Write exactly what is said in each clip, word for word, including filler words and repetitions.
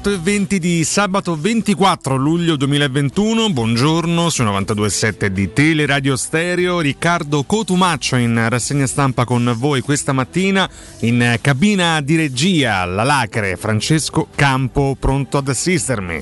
otto e venti di sabato ventiquattro luglio duemilaventuno. Buongiorno, su novantadue virgola sette di Teleradio Stereo. Riccardo Cotumaccio in rassegna stampa con voi questa mattina. In cabina di regia l'alacre Francesco Campo, pronto ad assistermi.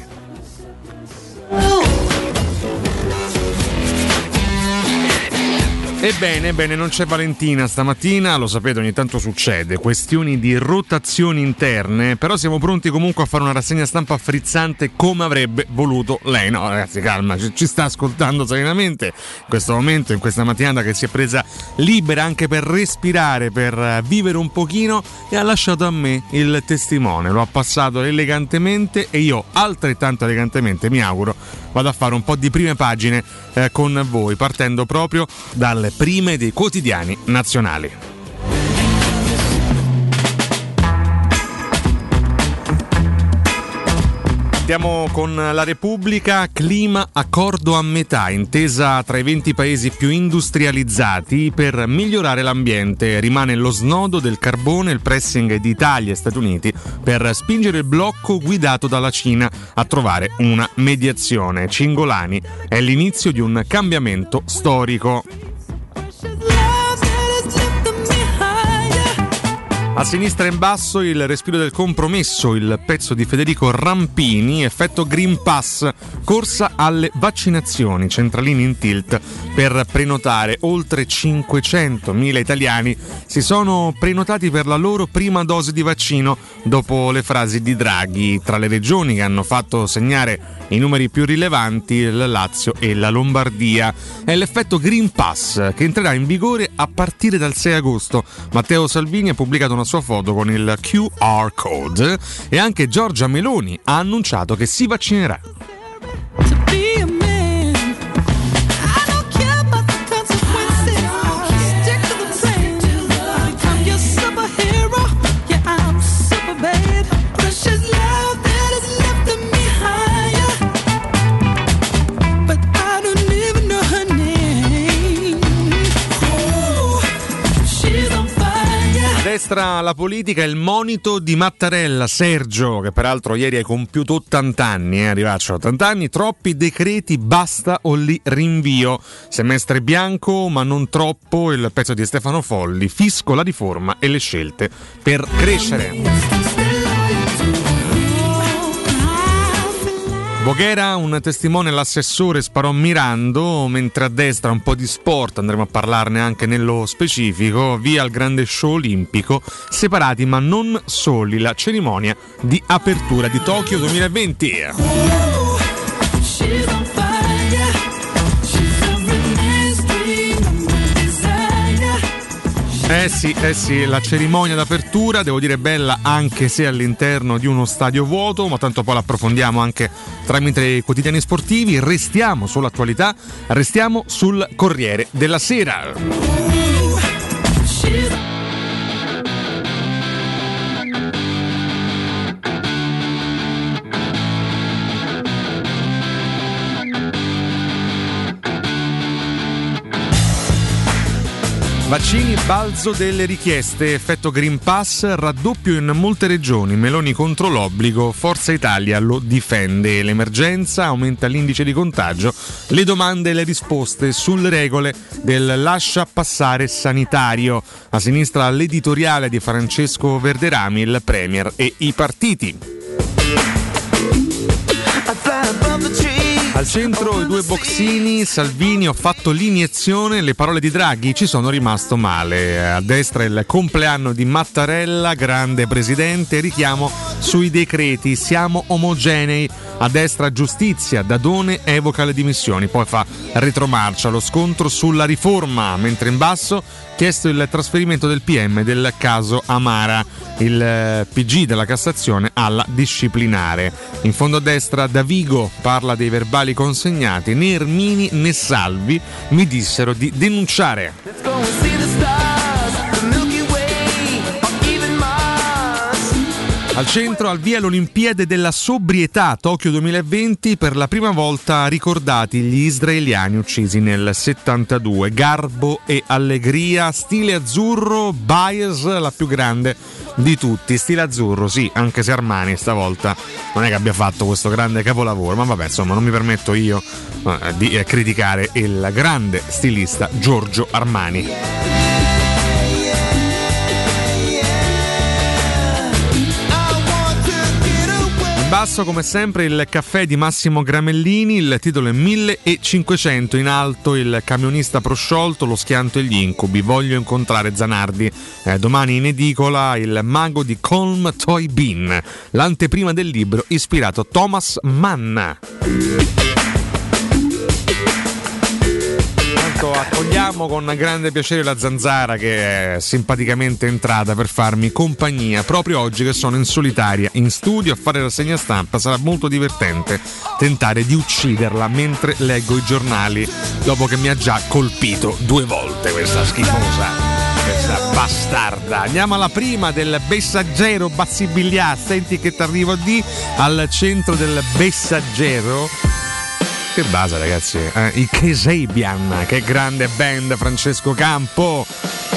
Ebbene, bene, non c'è Valentina stamattina, lo sapete, ogni tanto succede, questioni di rotazioni interne, però siamo pronti comunque a fare una rassegna stampa frizzante come avrebbe voluto lei. No, ragazzi, calma, ci, ci sta ascoltando serenamente in questo momento, in questa mattinata che si è presa libera anche per respirare, per vivere un pochino, e ha lasciato a me il testimone, lo ha passato elegantemente e io altrettanto elegantemente, mi auguro, vado a fare un po' di prime pagine eh, con voi, partendo proprio dalle prime dei quotidiani nazionali. Andiamo con la Repubblica. Clima accordo a metà, intesa tra i venti paesi più industrializzati per migliorare l'ambiente. Rimane lo snodo del carbone, il pressing di Italia e Stati Uniti per spingere il blocco guidato dalla Cina a trovare una mediazione. Cingolani, è l'inizio di un cambiamento storico. A sinistra in basso il respiro del compromesso, il pezzo di Federico Rampini, effetto Green Pass, corsa alle vaccinazioni, centralini in tilt per prenotare. Oltre cinquecentomila italiani si sono prenotati per la loro prima dose di vaccino dopo le frasi di Draghi. Tra le regioni che hanno fatto segnare i numeri più rilevanti, il Lazio e la Lombardia. È l'effetto Green Pass che entrerà in vigore a partire dal sei agosto. Matteo Salvini ha pubblicato una sua foto con il Q R code e anche Giorgia Meloni ha annunciato che si vaccinerà. Destra la politica, il monito di Mattarella, Sergio, che peraltro ieri hai compiuto ottanta anni, eh, arrivaccio a ottanta anni, troppi decreti, basta o li rinvio. Semestre bianco, ma non troppo, il pezzo di Stefano Folli, fisco, la riforma e le scelte per crescere. Voghera, un testimone, l'assessore sparò mirando, mentre a destra un po' di sport, andremo a parlarne anche nello specifico, via il grande show olimpico, separati ma non soli, la cerimonia di apertura di Tokyo duemilaventi. Eh sì, eh sì, la cerimonia d'apertura, devo dire bella anche se all'interno di uno stadio vuoto, ma tanto poi l'approfondiamo anche tramite i quotidiani sportivi. Restiamo sull'attualità, restiamo sul Corriere della Sera. Vaccini, balzo delle richieste, effetto Green Pass, raddoppio in molte regioni, Meloni contro l'obbligo, Forza Italia lo difende, l'emergenza, aumenta l'indice di contagio, le domande e le risposte sulle regole del lascia passare sanitario. A sinistra l'editoriale di Francesco Verderami, il Premier e i partiti. Al centro i due boxini, Salvini, ho fatto l'iniezione, le parole di Draghi, ci sono rimasto male. A destra il compleanno di Mattarella, grande presidente, richiamo sui decreti, siamo omogenei. A destra giustizia, Dadone evoca le dimissioni, poi fa retromarcia, lo scontro sulla riforma, mentre in basso chiesto il trasferimento del P M del caso Amara, il P G della Cassazione alla disciplinare. In fondo a destra Davigo parla dei verbali consegnati, né Ermini né Salvi mi dissero di denunciare. Al centro, al via l'Olimpiade della sobrietà Tokyo duemilaventi, per la prima volta ricordati gli israeliani uccisi nel settantadue. Garbo e allegria, stile azzurro, Baez la più grande di tutti. Stile azzurro, sì, anche se Armani stavolta non è che abbia fatto questo grande capolavoro, ma vabbè, insomma, non mi permetto io eh, di eh, criticare il grande stilista Giorgio Armani. Basso come sempre il caffè di Massimo Gramellini, il titolo è millecinquecento, in alto il camionista prosciolto, lo schianto e gli incubi, voglio incontrare Zanardi, eh, domani in edicola il mago di Colm Toy Bean, l'anteprima del libro ispirato a Thomas Mann. Accogliamo con grande piacere la Zanzara, che è simpaticamente entrata per farmi compagnia proprio oggi che sono in solitaria in studio a fare rassegna stampa. Sarà molto divertente tentare di ucciderla mentre leggo i giornali, dopo che mi ha già colpito due volte questa schifosa, questa bastarda. Andiamo alla prima del Messaggero Bassibiglià, senti che t'arrivo di al centro del Messaggero. Che base, ragazzi, eh? I Kasabian, che grande band, Francesco Campo,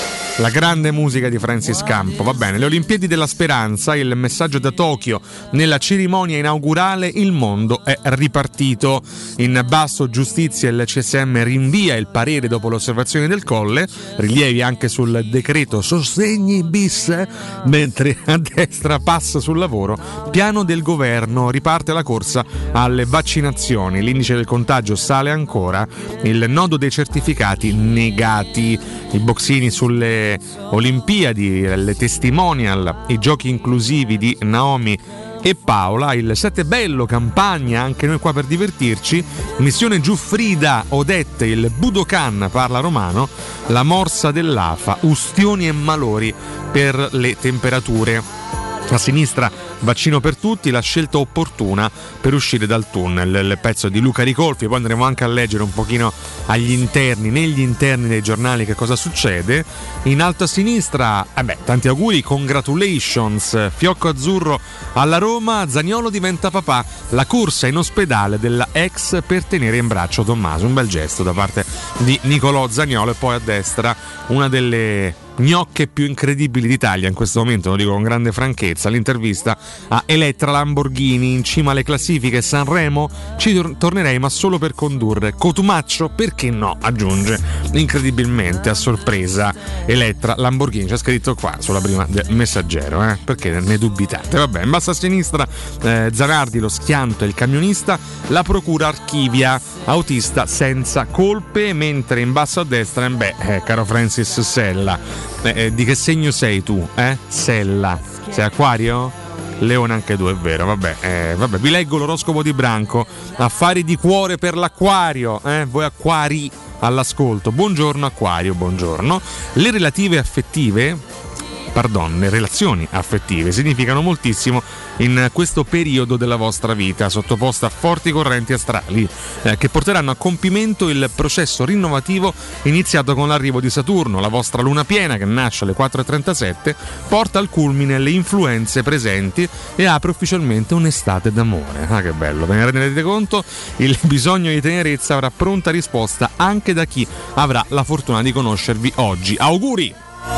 la grande musica di Francis Campo. Va bene, le Olimpiadi della Speranza, il messaggio da Tokyo, nella cerimonia inaugurale il mondo è ripartito. In basso giustizia, il C S M rinvia il parere dopo l'osservazione del Colle, rilievi anche sul decreto sostegni bis, mentre a destra passa sul lavoro, piano del governo, riparte la corsa alle vaccinazioni, l'indice del contagio sale ancora, il nodo dei certificati negati, i boxini sulle Olimpiadi, le testimonial, i giochi inclusivi di Naomi e Paola, il Sette Bello, campagna, anche noi qua per divertirci, missione Giuffrida, Odette, il Budokan parla romano, la morsa dell'A F A, ustioni e malori per le temperature. A sinistra vaccino per tutti, la scelta opportuna per uscire dal tunnel, il pezzo di Luca Ricolfi. Poi andremo anche a leggere un pochino agli interni, negli interni dei giornali, che cosa succede. In alto a sinistra, eh beh, tanti auguri, congratulations, fiocco azzurro alla Roma, Zaniolo diventa papà, la corsa in ospedale della ex per tenere in braccio Tommaso, un bel gesto da parte di Nicolò Zaniolo. E poi a destra una delle gnocche più incredibili d'Italia in questo momento, lo dico con grande franchezza, l'intervista a Elettra Lamborghini, in cima alle classifiche Sanremo, ci tor- tornerei ma solo per condurre, Cotumaccio perché no, aggiunge incredibilmente a sorpresa Elettra Lamborghini. C'è scritto qua sulla prima del Messaggero, eh? Perché ne dubitate? Vabbè, in basso a sinistra eh, Zanardi, lo schianto e il camionista, la procura archivia, autista senza colpe, mentre in basso a destra eh, beh, eh, caro Francis Sella, Eh, di che segno sei tu? Eh? Sella. Sei Acquario? Leone anche tu, è vero. Vabbè, eh, vabbè, vi leggo l'oroscopo di Branco. Affari di cuore per l'Acquario, eh? Voi acquari all'ascolto. Buongiorno Acquario, buongiorno. Le relative affettive Pardon, le relazioni affettive significano moltissimo in questo periodo della vostra vita, sottoposta a forti correnti astrali eh, che porteranno a compimento il processo rinnovativo iniziato con l'arrivo di Saturno. La vostra luna piena, che nasce alle quattro e trentasette, porta al culmine le influenze presenti e apre ufficialmente un'estate d'amore. Ah, che bello, ve ne rendete conto? Il bisogno di tenerezza avrà pronta risposta anche da chi avrà la fortuna di conoscervi oggi. Auguri!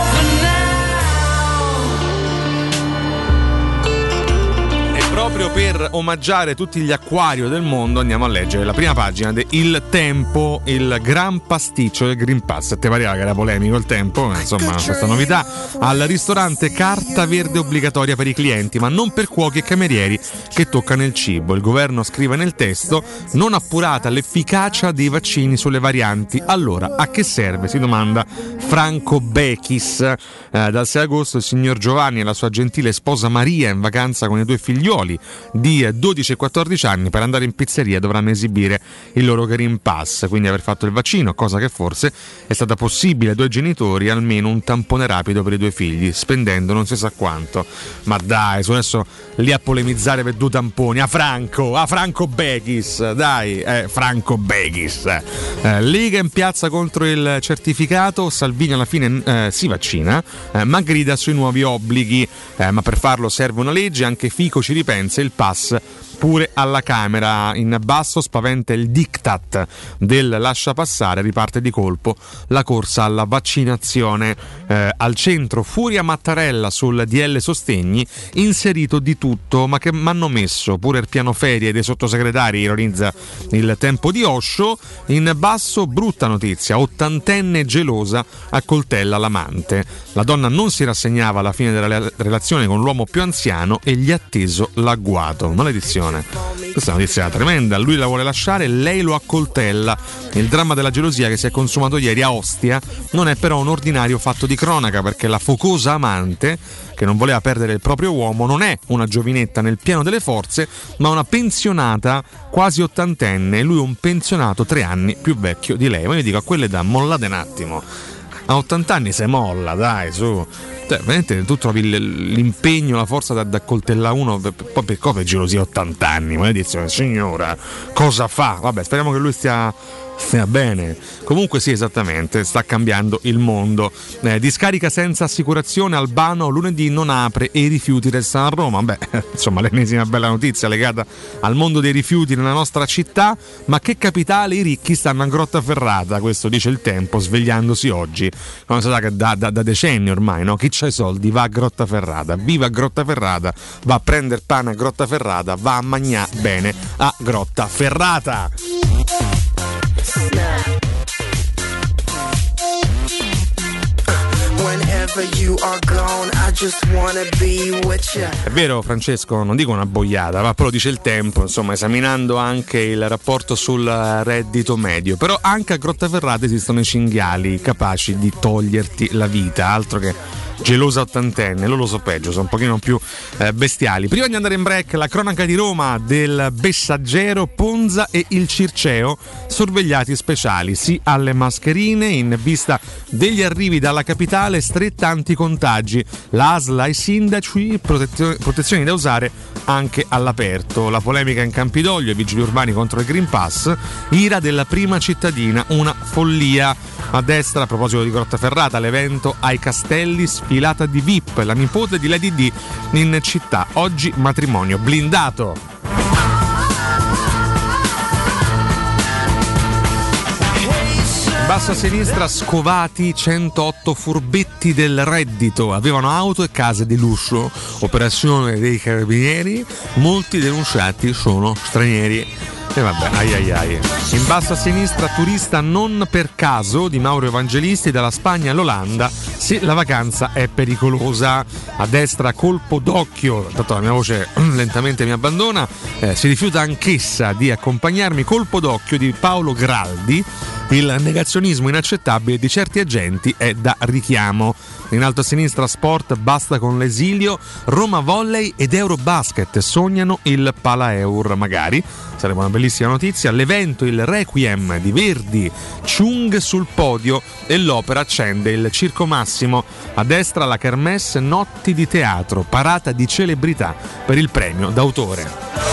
Proprio per omaggiare tutti gli acquario del mondo andiamo a leggere la prima pagina di Il Tempo, il gran pasticcio del Green Pass. Te pareva che era polemico il Tempo? Insomma, questa novità. Al ristorante carta verde obbligatoria per i clienti, ma non per cuochi e camerieri che toccano il cibo. Il governo scrive nel testo: non appurata l'efficacia dei vaccini sulle varianti. Allora, a che serve? Si domanda Franco Bechis. Eh, dal sei agosto il signor Giovanni e la sua gentile sposa Maria, in vacanza con i due figlioli di dodici e quattordici anni per andare in pizzeria dovranno esibire il loro Green Pass, quindi aver fatto il vaccino, cosa che forse è stata possibile ai due genitori, almeno un tampone rapido per i due figli, spendendo non si sa quanto. Ma dai, su adesso lì a polemizzare per due tamponi, a Franco, a Franco Bechis, dai, eh, Franco Bechis. Eh, Lega in piazza contro il certificato, Salvini alla fine eh, si vaccina, eh, ma grida sui nuovi obblighi, eh, ma per farlo serve una legge, anche Fico ci ripensa, il pass pure alla Camera. In basso spaventa il diktat del lascia passare, riparte di colpo la corsa alla vaccinazione. Eh, al centro Furia Mattarella sul D L Sostegni, inserito di tutto, ma che m'hanno messo pure il piano ferie dei sottosegretari, ironizza il Tempo di Osho. In basso brutta notizia, ottantenne gelosa accoltella l'amante. La donna non si rassegnava alla fine della relazione con l'uomo più anziano e gli ha atteso l'agguato. Maledizione. Questa è una notizia tremenda, lui la vuole lasciare, lei lo accoltella. Il dramma della gelosia che si è consumato ieri a Ostia non è però un ordinario fatto di cronaca, perché la focosa amante, che non voleva perdere il proprio uomo, non è una giovinetta nel pieno delle forze, ma una pensionata quasi ottantenne, e lui un pensionato tre anni più vecchio di lei. Ma io dico, a quell'età mollate un attimo, a ottanta anni se molla, dai, su. Cioè, veramente tu trovi l'impegno, la forza da, da coltellare uno, poi per cosa gelosia a ottanta anni, maledizione, signora, cosa fa? Vabbè, speriamo che lui stia stia bene. Comunque sì, esattamente, sta cambiando il mondo. Eh, discarica senza assicurazione, Albano lunedì non apre e i rifiuti restano a Roma. Beh, insomma, l'ennesima bella notizia legata al mondo dei rifiuti nella nostra città. Ma che capitale, i ricchi stanno a Grottaferrata, questo dice il Tempo, svegliandosi oggi. Non si sa che da, da, da decenni ormai, no? Chi c'ha i soldi va a Grottaferrata, viva a Grottaferrata, va a prendere pane a Grottaferrata, va a mangiare bene a Grottaferrata. È vero, Francesco, non dico una boiata, ma però dice il Tempo, insomma, esaminando anche il rapporto sul reddito medio. Però anche a Grottaferrata esistono i cinghiali capaci di toglierti la vita, altro che gelosa ottantenne, loro lo so peggio, sono un pochino più eh, bestiali. Prima di andare in break, la cronaca di Roma del Bessaggero, Ponza e il Circeo, sorvegliati speciali, sì alle mascherine in vista degli arrivi dalla capitale, stretta anticontagi, la A S L ai sindaci, protezioni, protezioni da usare anche all'aperto. La polemica in Campidoglio, i vigili urbani contro il Green Pass, ira della prima cittadina, una follia. A destra, a proposito di Grottaferrata, l'evento ai Castelli, sfilata di V I P, la nipote di Lady D in città, oggi matrimonio blindato. Basso a sinistra, scovati centootto furbetti del reddito, avevano auto e case di lusso, operazione dei carabinieri, molti denunciati sono stranieri. E vabbè, ai ai ai. In basso a sinistra, turista non per caso di Mauro Evangelisti, dalla Spagna all'Olanda, se la vacanza è pericolosa. A destra, colpo d'occhio, tanto la mia voce lentamente mi abbandona, eh, si rifiuta anch'essa di accompagnarmi, colpo d'occhio di Paolo Graldi. Il negazionismo inaccettabile di certi agenti è da richiamo. In alto a sinistra, sport, basta con l'esilio, Roma Volley ed Eurobasket sognano il Palaeur, magari sarebbe una bellissima notizia. L'evento, il Requiem di Verdi, Chung sul podio e l'opera accende il Circo Massimo. A destra la Kermesse, notti di teatro, parata di celebrità per il premio d'autore.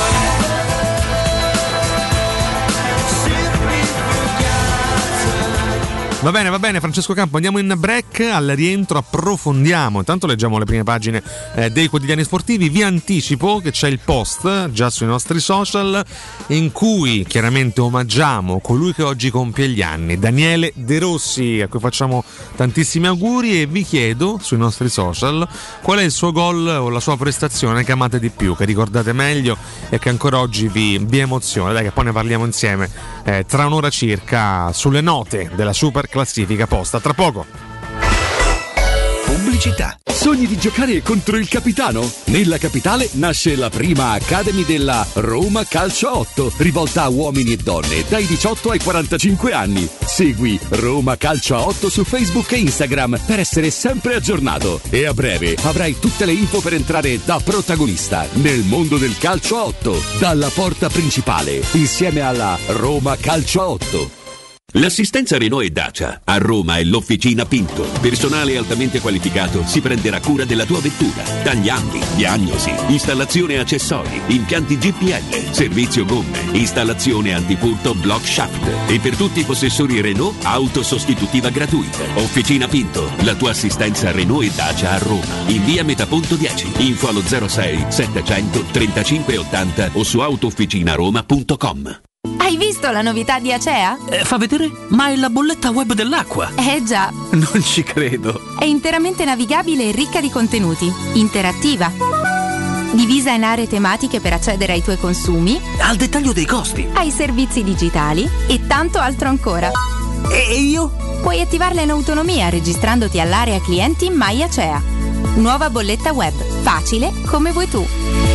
Va bene, va bene, Francesco Campo, andiamo in break, al rientro approfondiamo, intanto leggiamo le prime pagine eh, dei quotidiani sportivi. Vi anticipo che c'è il post già sui nostri social in cui chiaramente omaggiamo colui che oggi compie gli anni, Daniele De Rossi, a cui facciamo tantissimi auguri, e vi chiedo sui nostri social qual è il suo gol o la sua prestazione che amate di più, che ricordate meglio e che ancora oggi vi, vi emoziona. Dai, che poi ne parliamo insieme eh, tra un'ora circa sulle note della super classifica posta. Tra poco. pubblicità. Sogni di giocare contro il capitano? Nella capitale nasce la prima Academy della Roma Calcio otto, rivolta a uomini e donne dai diciotto ai quarantacinque anni. Segui Roma Calcio otto su Facebook e Instagram per essere sempre aggiornato. E a breve avrai tutte le info per entrare da protagonista nel mondo del calcio otto, dalla porta principale, insieme alla Roma Calcio otto. L'assistenza Renault e Dacia a Roma è l'Officina Pinto. Personale altamente qualificato si prenderà cura della tua vettura. Tagliandi, diagnosi, installazione e accessori, impianti G P L, servizio gomme, installazione antipurto block shaft. E per tutti i possessori Renault, auto sostitutiva gratuita. Officina Pinto, la tua assistenza Renault e Dacia a Roma. In via Metaponto dieci. Info allo zero sei settecento trentacinque ottanta o su autoofficinaroma punto com. Hai visto la novità di Acea? Eh, fa vedere? Ma è la bolletta web dell'acqua. Eh già. Non ci credo. È interamente navigabile e ricca di contenuti. Interattiva. Divisa in aree tematiche per accedere ai tuoi consumi. Al dettaglio dei costi. Ai servizi digitali e tanto altro ancora. E io? Puoi attivarla in autonomia registrandoti all'area clienti My Acea. Nuova bolletta web. Facile come vuoi tu.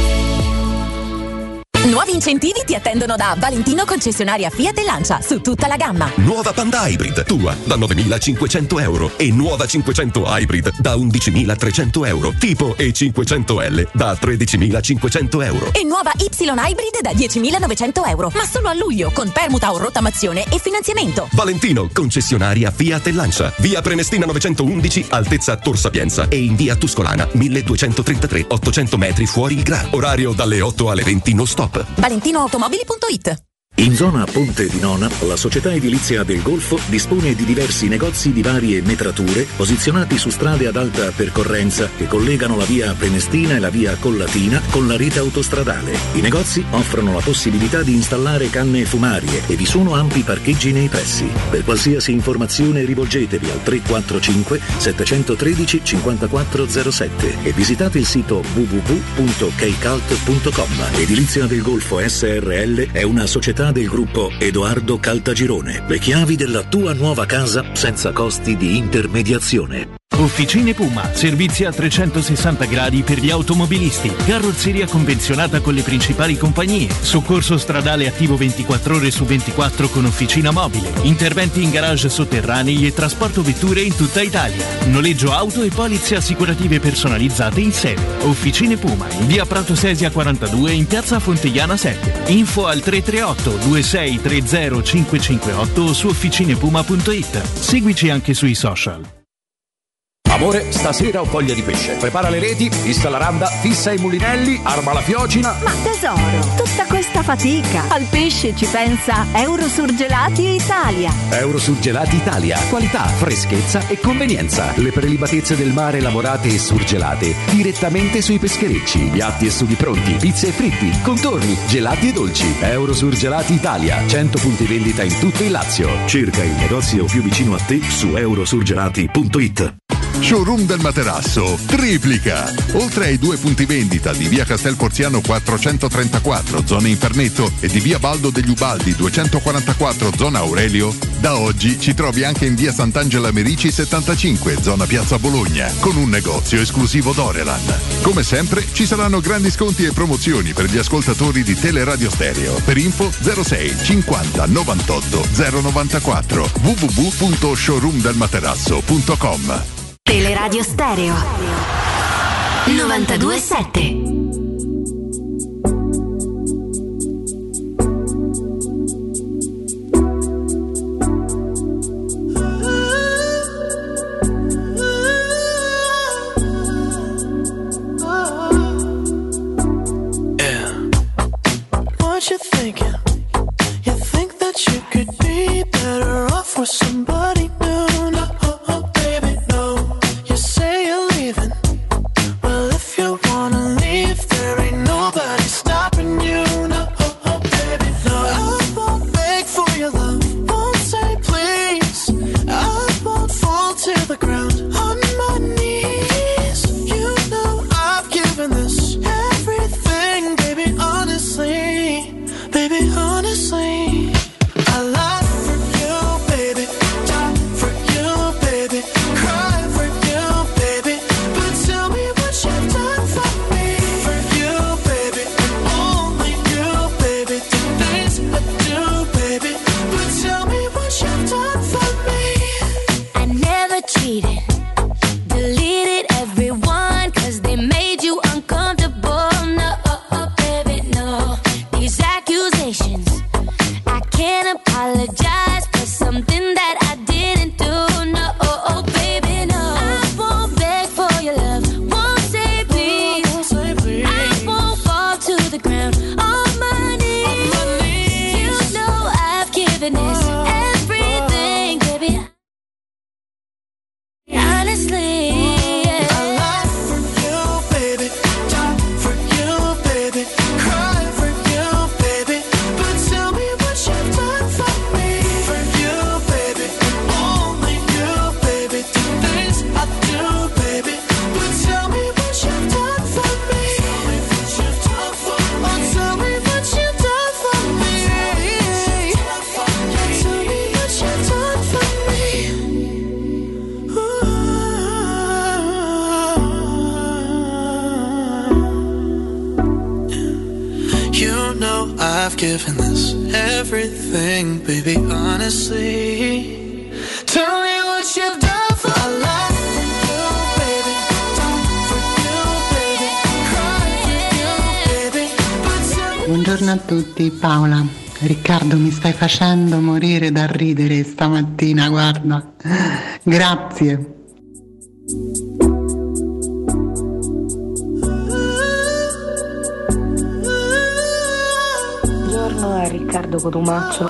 Nuovi incentivi ti attendono da Valentino concessionaria Fiat e Lancia su tutta la gamma. Nuova Panda Hybrid tua da novemilacinquecento euro e nuova cinquecento Hybrid da undicimilatrecento euro. Tipo E cinquecento L da tredicimilacinquecento euro. E nuova Y Hybrid da diecimilanovecento euro. Ma solo a luglio con permuta o rottamazione e finanziamento. Valentino concessionaria Fiat e Lancia. Via Prenestina novecentoundici, altezza Tor Sapienza, e in via Tuscolana milleduecentotrentatré, ottocento metri fuori il Gra. Orario dalle otto alle venti, no stop. valentinoautomobili punto it. In zona Ponte di Nona, la società edilizia del Golfo dispone di diversi negozi di varie metrature posizionati su strade ad alta percorrenza che collegano la via Prenestina e la via Collatina con la rete autostradale. I negozi offrono la possibilità di installare canne fumarie e vi sono ampi parcheggi nei pressi. Per qualsiasi informazione rivolgetevi al tre quattro cinque sette uno tre cinque zero sette e visitate il sito w w w punto kcalt punto com. Edilizia del Golfo S R L è una società del gruppo Edoardo Caltagirone. Le chiavi della tua nuova casa senza costi di intermediazione. Officine Puma, servizi a trecentosessanta gradi per gli automobilisti, carrozzeria convenzionata con le principali compagnie, soccorso stradale attivo ventiquattro ore su ventiquattro con officina mobile, interventi in garage sotterranei e trasporto vetture in tutta Italia, noleggio auto e polizze assicurative personalizzate in sede. Officine Puma, in via Prato Sesia quarantadue in piazza Fontegliana sette. Info al tre tre otto due sei tre zero cinque cinque otto o su officinepuma punto it. Seguici anche sui social. Amore, stasera ho voglia di pesce. Prepara le reti, fissa la randa, fissa i mulinelli, arma la fiocina. Ma tesoro, tutta questa fatica. Al pesce ci pensa Eurosurgelati Italia. Eurosurgelati Italia. Qualità, freschezza e convenienza. Le prelibatezze del mare lavorate e surgelate direttamente sui pescherecci. Piatti e sughi pronti, pizze e fritti, contorni, gelati e dolci. Eurosurgelati Italia. cento punti vendita in tutto il Lazio. Cerca il negozio più vicino a te su eurosurgelati punto it. Showroom del Materasso triplica. Oltre ai due punti vendita di via Castel Porziano quattrocentotrentaquattro, zona Infernetto, e di via Baldo degli Ubaldi duecentoquarantaquattro, zona Aurelio, da oggi ci trovi anche in via Sant'Angela Merici settantacinque, zona Piazza Bologna, con un negozio esclusivo Dorelan. Come sempre ci saranno grandi sconti e promozioni per gli ascoltatori di Teleradio Stereo. Per info zero sei cinquanta novantotto zero novantaquattro w w w punto showroom del materasso punto com. Teleradio Stereo novantadue sette. What you thinking? You think that you could be better off with somebody new? No, oh, baby, no. You say you're leaving. Well, if you wanna leave, I've given this everything, baby, honestly. Tell me what you've done for a life for you, baby. Done for you, baby. Cry for you, baby. But Buongiorno a tutti, Paola. Riccardo, mi stai facendo morire da ridere stamattina, guarda. Grazie. Buongiorno a Riccardo Cotumaccio.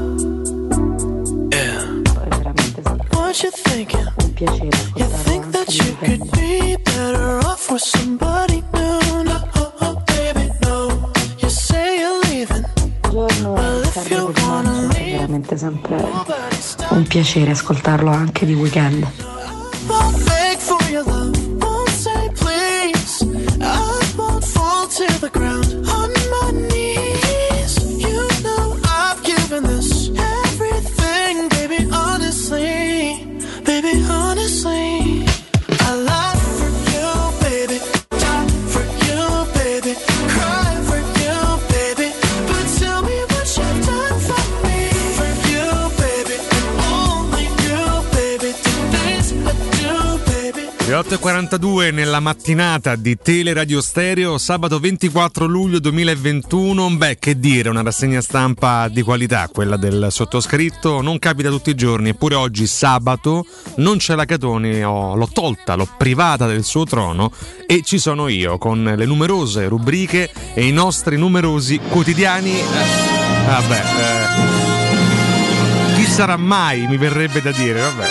Yeah. È veramente What you thinking? un piacere You think ascoltarlo that anche you di could be better off with somebody new? No, oh, oh, baby, no. You say you're leaving. Buongiorno a Riccardo Cotumaccio, è veramente sempre un piacere ascoltarlo anche di weekend. Won't beg for your love, won't say please. I won't fall to the ground on my knees. You know I've given this everything, baby, honestly. Baby, honestly. I lie for you, baby. Die for you, baby. Cry for you, baby. But tell me what you've done for me. For you, baby. And only you, baby. The things I do, baby. Le otto e quarantadue nella mattinata di Teleradio Stereo, sabato ventiquattro luglio duemilaventuno. Beh, che dire, una rassegna stampa di qualità, quella del sottoscritto. Non capita tutti i giorni, eppure oggi sabato non c'è la Catoni, ho, l'ho tolta, l'ho privata del suo trono e ci sono io con le numerose rubriche e i nostri numerosi quotidiani. Eh, vabbè, eh, chi sarà mai, mi verrebbe da dire, vabbè.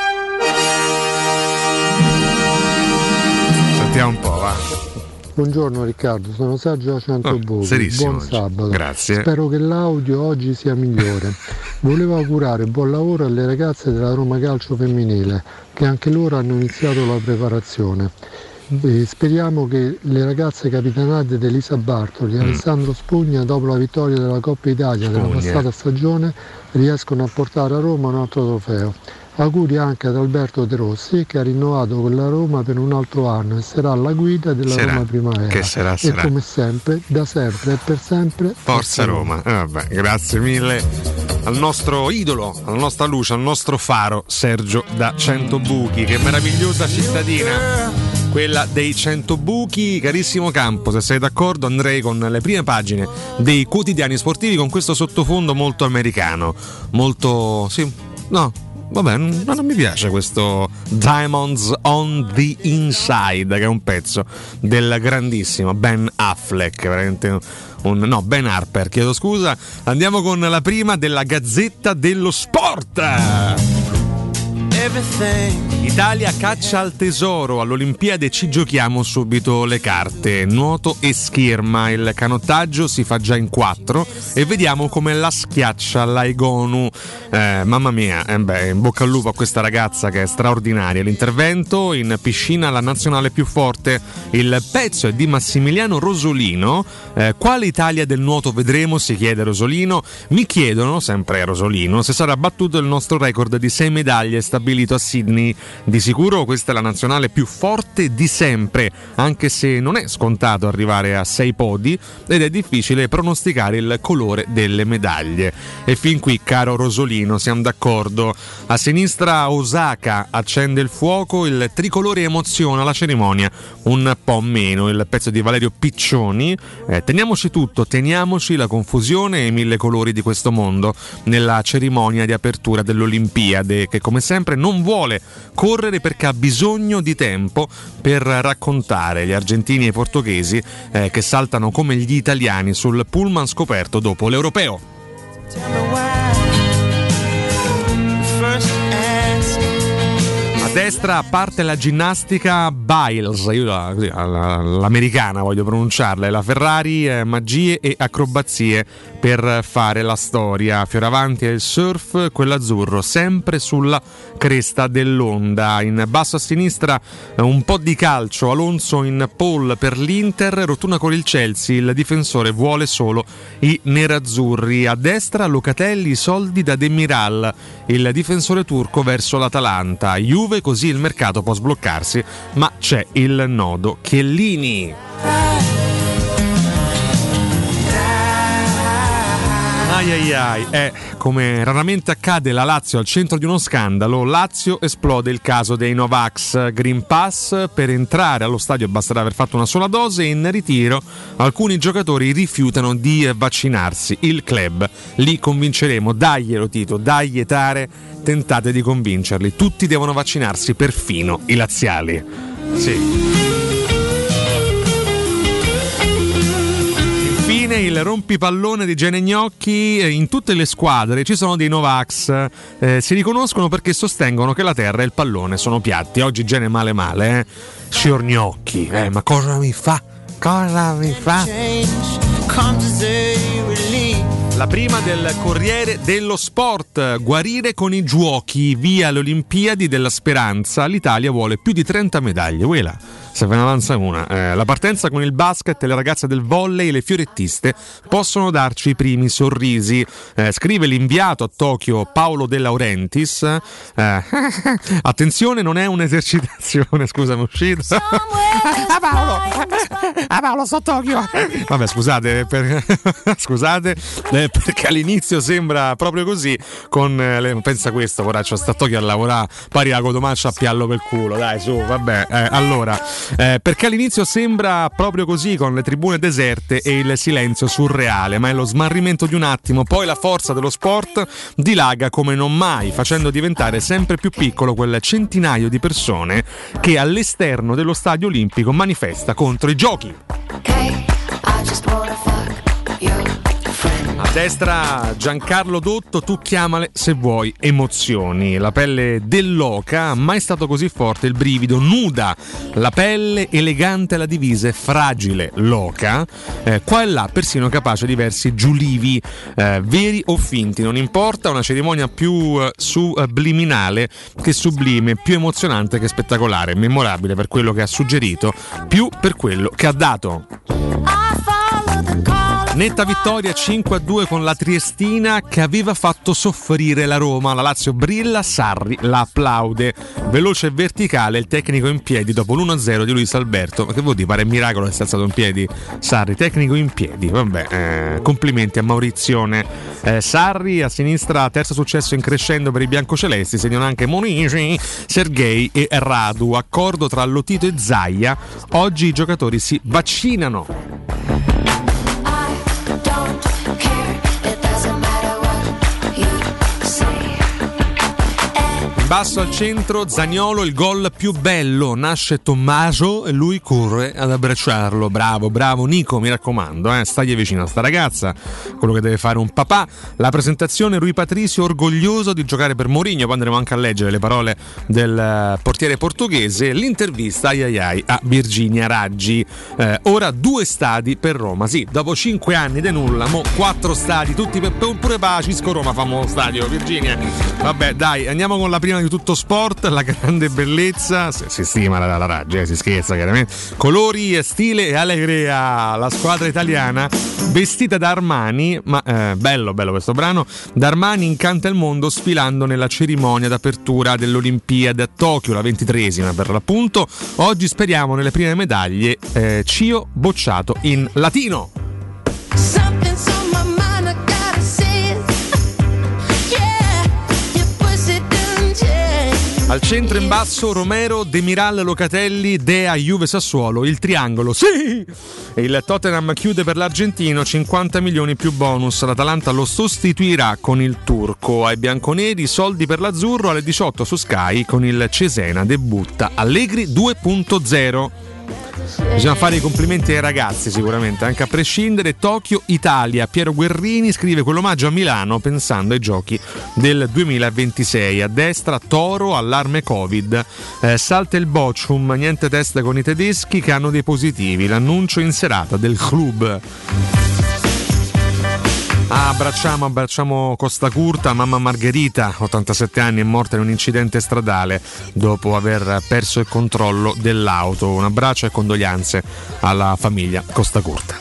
Sentiamo un po', va. Buongiorno Riccardo, sono Sergio da Centobuchi. serissimo Buon oggi. sabato. Grazie. Spero che l'audio oggi sia migliore. Volevo augurare buon lavoro alle ragazze della Roma Calcio Femminile, che anche loro hanno iniziato la preparazione. E speriamo che le ragazze capitanate di Elisa Bartoli e Mm. Alessandro Spugna, dopo la vittoria della Coppa Italia della Spugna. passata stagione, riescono a portare a Roma un altro trofeo. Auguri anche ad Alberto De Rossi, che ha rinnovato con la Roma per un altro anno e sarà alla guida della Sarà. Roma Primavera. Che sarà, e sarà. come sempre, da sempre e per sempre, Forza Roma. Eh, vabbè, grazie mille al nostro idolo, alla nostra luce, al nostro faro Sergio da Centobuchi. Che meravigliosa cittadina, quella dei Centobuchi. Carissimo Campo, se sei d'accordo andrei con le prime pagine dei quotidiani sportivi con questo sottofondo molto americano, molto... sì, no, vabbè, n- non mi piace questo Diamonds on the Inside, che è un pezzo del grandissimo Ben Affleck, veramente un... no, Ben Harper, chiedo scusa. Andiamo con la prima della Gazzetta dello Sport. Italia caccia al tesoro, all'Olimpiade ci giochiamo subito le carte. Nuoto e scherma, il canottaggio si fa già in quattro e vediamo come la schiaccia l'Aigonu. Eh, mamma mia, eh beh, in bocca al lupo a questa ragazza che è straordinaria. L'intervento in piscina, la nazionale più forte. Il pezzo è di Massimiliano Rosolino. Eh, quale Italia del nuoto vedremo? Si chiede Rosolino. Mi chiedono, sempre Rosolino, se sarà battuto il nostro record di sei medaglie stabilito a Sydney. Di sicuro questa è la nazionale più forte di sempre, anche se non è scontato arrivare a sei podi ed è difficile pronosticare il colore delle medaglie. E fin qui, caro Rosolino, siamo d'accordo. A sinistra Osaka accende il fuoco, il tricolore emoziona la cerimonia un po' meno. Il pezzo di Valerio Piccioni. Eh, teniamoci tutto, teniamoci la confusione e i mille colori di questo mondo nella cerimonia di apertura dell'Olimpiade, che come sempre non vuole correre perché ha bisogno di tempo per raccontare gli argentini e i portoghesi eh, che saltano come gli italiani sul pullman scoperto dopo l'Europeo. A destra parte la ginnastica Biles, io la, la, l'americana voglio pronunciarla, e la Ferrari, eh, magie e acrobazie per fare la storia. Fioravanti è il surf, quell'azzurro sempre sulla cresta dell'onda. In basso a sinistra eh, un po' di calcio, Alonso in pole per l'Inter, rotuna con il Chelsea, il difensore vuole solo i nerazzurri. A destra Locatelli, i soldi da Demiral, il difensore turco verso l'Atalanta. Juve, così il mercato può sbloccarsi, ma c'è il nodo Chiellini. Ai ai ai, è come raramente accade la Lazio al centro di uno scandalo. Lazio esplode il caso dei Novax. Green Pass, per entrare allo stadio basterà aver fatto una sola dose e in ritiro alcuni giocatori rifiutano di vaccinarsi. Il club, li convinceremo, daglielo Tito, dagli Tare, tentate di convincerli. Tutti devono vaccinarsi, perfino i laziali. Sì. Infine il rompipallone di Gene Gnocchi. In tutte le squadre ci sono dei Novax, eh, si riconoscono perché sostengono che la terra e il pallone sono piatti. Oggi Gene male male, eh? Signor Gnocchi, eh, ma cosa mi fa? Cosa mi fa? La prima del Corriere dello Sport: guarire con i giochi, via le Olimpiadi della speranza, l'Italia vuole più di trenta medaglie. Quella, se ve ne avanza una. Eh, la partenza con il basket, le ragazze del volley e le fiorettiste possono darci i primi sorrisi. Eh, scrive l'inviato a Tokyo Paolo De Laurentiis. Eh, attenzione, non è un'esercitazione, scusa, mi è uscito. Ah Paolo, ah Paolo, sto a Tokyo. Vabbè, scusate, per... scusate, eh, perché all'inizio sembra proprio così. Con eh, pensa questo, poraccio, sta a Tokyo a lavorare, pari la cotomaccia a piallo per culo. Dai, su, vabbè. Eh, allora. Eh, perché all'inizio sembra proprio così, con le tribune deserte e il silenzio surreale, ma è lo smarrimento di un attimo, poi la forza dello sport dilaga come non mai, facendo diventare sempre più piccolo quel centinaio di persone che all'esterno dello stadio olimpico manifesta contro i giochi. A destra Giancarlo Dotto, tu chiamale se vuoi emozioni. La pelle dell'oca, mai stato così forte il brivido, nuda la pelle, elegante la divisa, fragile l'oca, eh, qua e là persino capace di versi giulivi, eh, veri o finti, non importa, una cerimonia più eh, subliminale che sublime, più emozionante che spettacolare, memorabile per quello che ha suggerito, più per quello che ha dato. Netta vittoria cinque a due con la Triestina che aveva fatto soffrire la Roma. La Lazio brilla, Sarri la applaude. Veloce e verticale il tecnico in piedi dopo l'uno a zero di Luis Alberto. Ma che vuol dire? Pare un miracolo che sia alzato in piedi Sarri, tecnico in piedi. Vabbè, eh, complimenti a Maurizione. Eh, Sarri a sinistra, terzo successo in crescendo per i biancocelesti. Segnano anche Monici, Sergei e Radu. Accordo tra Lotito e Zaia. Oggi i giocatori si vaccinano. Basso al centro, Zaniolo, il gol più bello, nasce Tommaso e lui corre ad abbracciarlo. Bravo, bravo Nico, mi raccomando, eh, stagli vicino a sta ragazza, quello che deve fare un papà. La presentazione, Rui Patricio orgoglioso di giocare per Mourinho, poi andremo anche a leggere le parole del portiere portoghese. L'intervista ai ai ai a Virginia Raggi. Eh, ora due stadi per Roma, sì, dopo cinque anni di nulla, mo quattro stadi, tutti per, pure Pacisco Roma famo stadio, Virginia. Vabbè, dai, andiamo con la prima di tutto sport, la grande bellezza, si, si stima la, la Raggi, eh, si scherza chiaramente, colori, stile e allegria, la squadra italiana vestita da Armani, ma eh, bello bello questo brano, da Armani incanta il mondo sfilando nella cerimonia d'apertura dell'Olimpiade a Tokyo, la ventitreesima per l'appunto. Oggi speriamo nelle prime medaglie, eh, Cio bocciato in latino. Al centro in basso Romero, Demiral, Locatelli, Dea, Juve, Sassuolo, il triangolo, sì! E il Tottenham chiude per l'argentino, cinquanta milioni più bonus, l'Atalanta lo sostituirà con il turco. Ai bianconeri soldi per l'azzurro, alle diciotto su Sky con il Cesena debutta Allegri due punto zero. Bisogna fare i complimenti ai ragazzi sicuramente, anche a prescindere. Tokyo, Italia, Piero Guerrini scrive quell'omaggio a Milano pensando ai giochi del duemilaventisei. A destra Toro, allarme Covid, eh, salta il Bochum, niente test con i tedeschi che hanno dei positivi, l'annuncio in serata del club. Ah, abbracciamo, abbracciamo Costa Curta, mamma Margherita, ottantasette anni, è morta in un incidente stradale dopo aver perso il controllo dell'auto. Un abbraccio e condoglianze alla famiglia Costa Curta.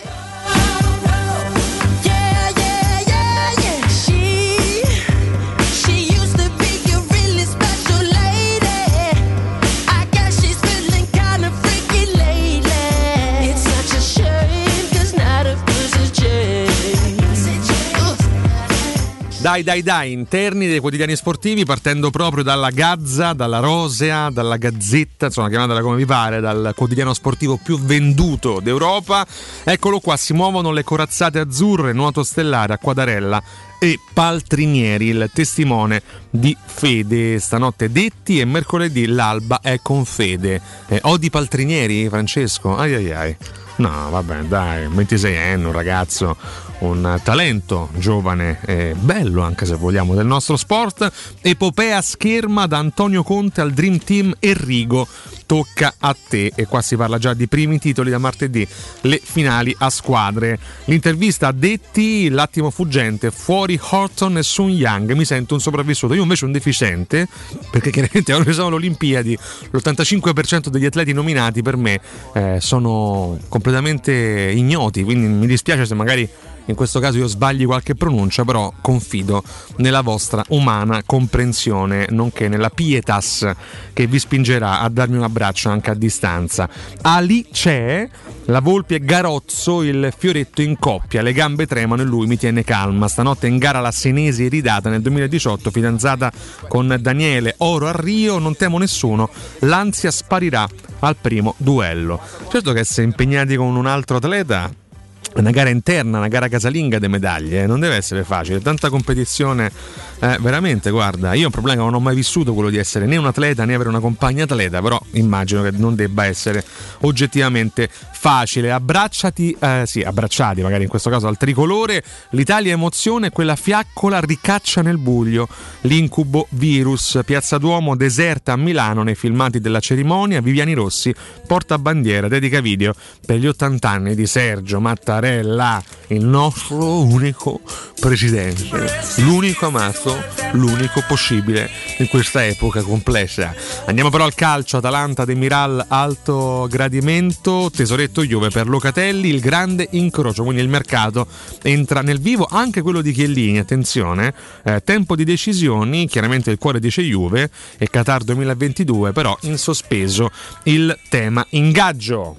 Dai, dai, dai, interni dei quotidiani sportivi, partendo proprio dalla Gazza, dalla Rosea, dalla Gazzetta, insomma, chiamatela come vi pare, dal quotidiano sportivo più venduto d'Europa. Eccolo qua, si muovono le corazzate azzurre, nuoto stellare a Quadarella e Paltrinieri, il testimone di Fede. Stanotte detti e mercoledì l'alba è con Fede. Eh, odi Paltrinieri, Francesco? Ai ai ai. No, vabbè, dai, ventiseienne, un ragazzo, un talento giovane e bello, anche se vogliamo, del nostro sport. Epopea scherma da Antonio Conte al Dream Team Enrico. Tocca a te, e qua si parla già di primi titoli da martedì, le finali a squadre. L'intervista a Detti, l'attimo fuggente, fuori Horton e Sun Yang, mi sento un sopravvissuto, io invece un deficiente, perché chiaramente quando ci sono le Olimpiadi l'ottantacinque per cento degli atleti nominati per me eh, sono completamente ignoti, quindi mi dispiace se magari in questo caso io sbagli qualche pronuncia, però confido nella vostra umana comprensione, nonché nella pietas che vi spingerà a darmi un abbraccio anche a distanza. Ali c'è, la Volpi e Garozzo, il fioretto in coppia, le gambe tremano e lui mi tiene calma. Stanotte in gara la senese iridata nel duemiladiciotto, fidanzata con Daniele, oro a Rio, non temo nessuno, l'ansia sparirà al primo duello. Certo che essere impegnati con un altro atleta, una gara interna, una gara casalinga di medaglie, eh? non deve essere facile, tanta competizione, eh, veramente. Guarda, io ho un problema che non ho mai vissuto, quello di essere né un atleta né avere una compagna atleta, però immagino che non debba essere oggettivamente facile. Abbracciati, eh, sì, abbracciati magari in questo caso al tricolore, l'Italia emozione, quella fiaccola ricaccia nel buio, l'incubo virus. Piazza Duomo deserta a Milano nei filmati della cerimonia, Viviani Rossi porta bandiera, dedica video per gli ottanta anni di Sergio Mattarella, il nostro unico presidente, l'unico amato, l'unico possibile in questa epoca complessa. Andiamo però al calcio. Atalanta De Miral, alto gradimento, tesoretto Juve per Locatelli, il grande incrocio, quindi il mercato entra nel vivo, anche quello di Chiellini, attenzione, eh, tempo di decisioni, chiaramente il cuore dice Juve e Qatar duemilaventidue, però in sospeso il tema ingaggio.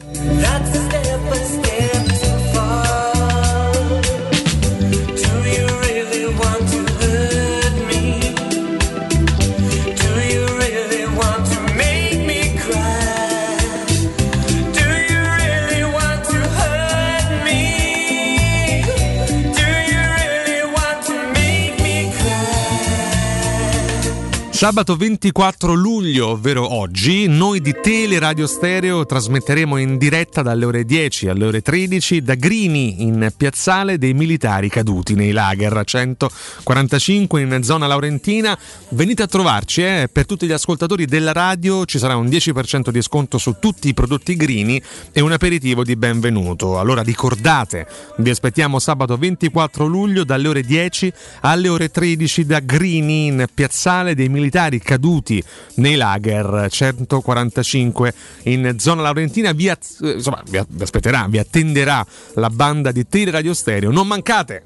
Sabato ventiquattro luglio, ovvero oggi, noi di Teleradio Stereo trasmetteremo in diretta dalle ore dieci alle ore tredici da Grini, in piazzale dei militari caduti nei lager centoquarantacinque in zona Laurentina. Venite a trovarci, eh. Per tutti gli ascoltatori della radio ci sarà un dieci per cento di sconto su tutti i prodotti Grini e un aperitivo di benvenuto. Allora ricordate, vi aspettiamo sabato ventiquattro luglio dalle ore dieci alle ore tredici da Grini, in piazzale dei militari caduti nei lager centoquarantacinque in zona Laurentina. Vi, insomma, vi aspetterà, vi attenderà la banda di Teleradio Stereo. Non mancate!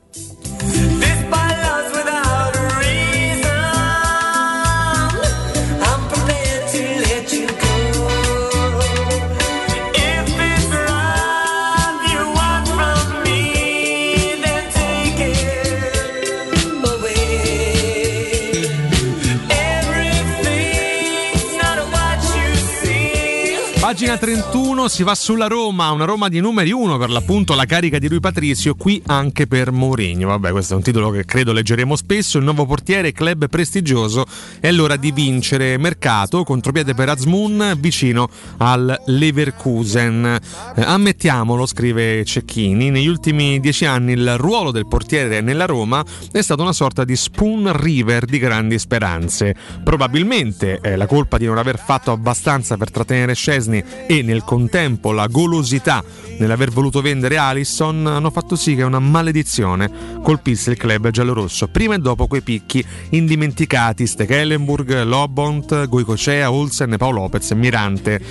Pagina trentuno, si va sulla Roma, una Roma di numeri uno per l'appunto, la carica di Rui Patricio, qui anche per Mourinho. Vabbè, questo è un titolo che credo leggeremo spesso. Il nuovo portiere, club prestigioso, è l'ora di vincere. Mercato, contropiede per Azmoun, vicino al Leverkusen. Eh, ammettiamolo, scrive Cecchini, negli ultimi dieci anni il ruolo del portiere nella Roma è stato una sorta di spoon river di grandi speranze. Probabilmente è la colpa di non aver fatto abbastanza per trattenere Szczesny e nel contempo la golosità nell'aver voluto vendere Alisson hanno fatto sì che una maledizione colpisse il club giallorosso, prima e dopo quei picchi indimenticati: Stekelenburg, Lobont, Goicocea, Olsen, Paolo Lopez e Mirante.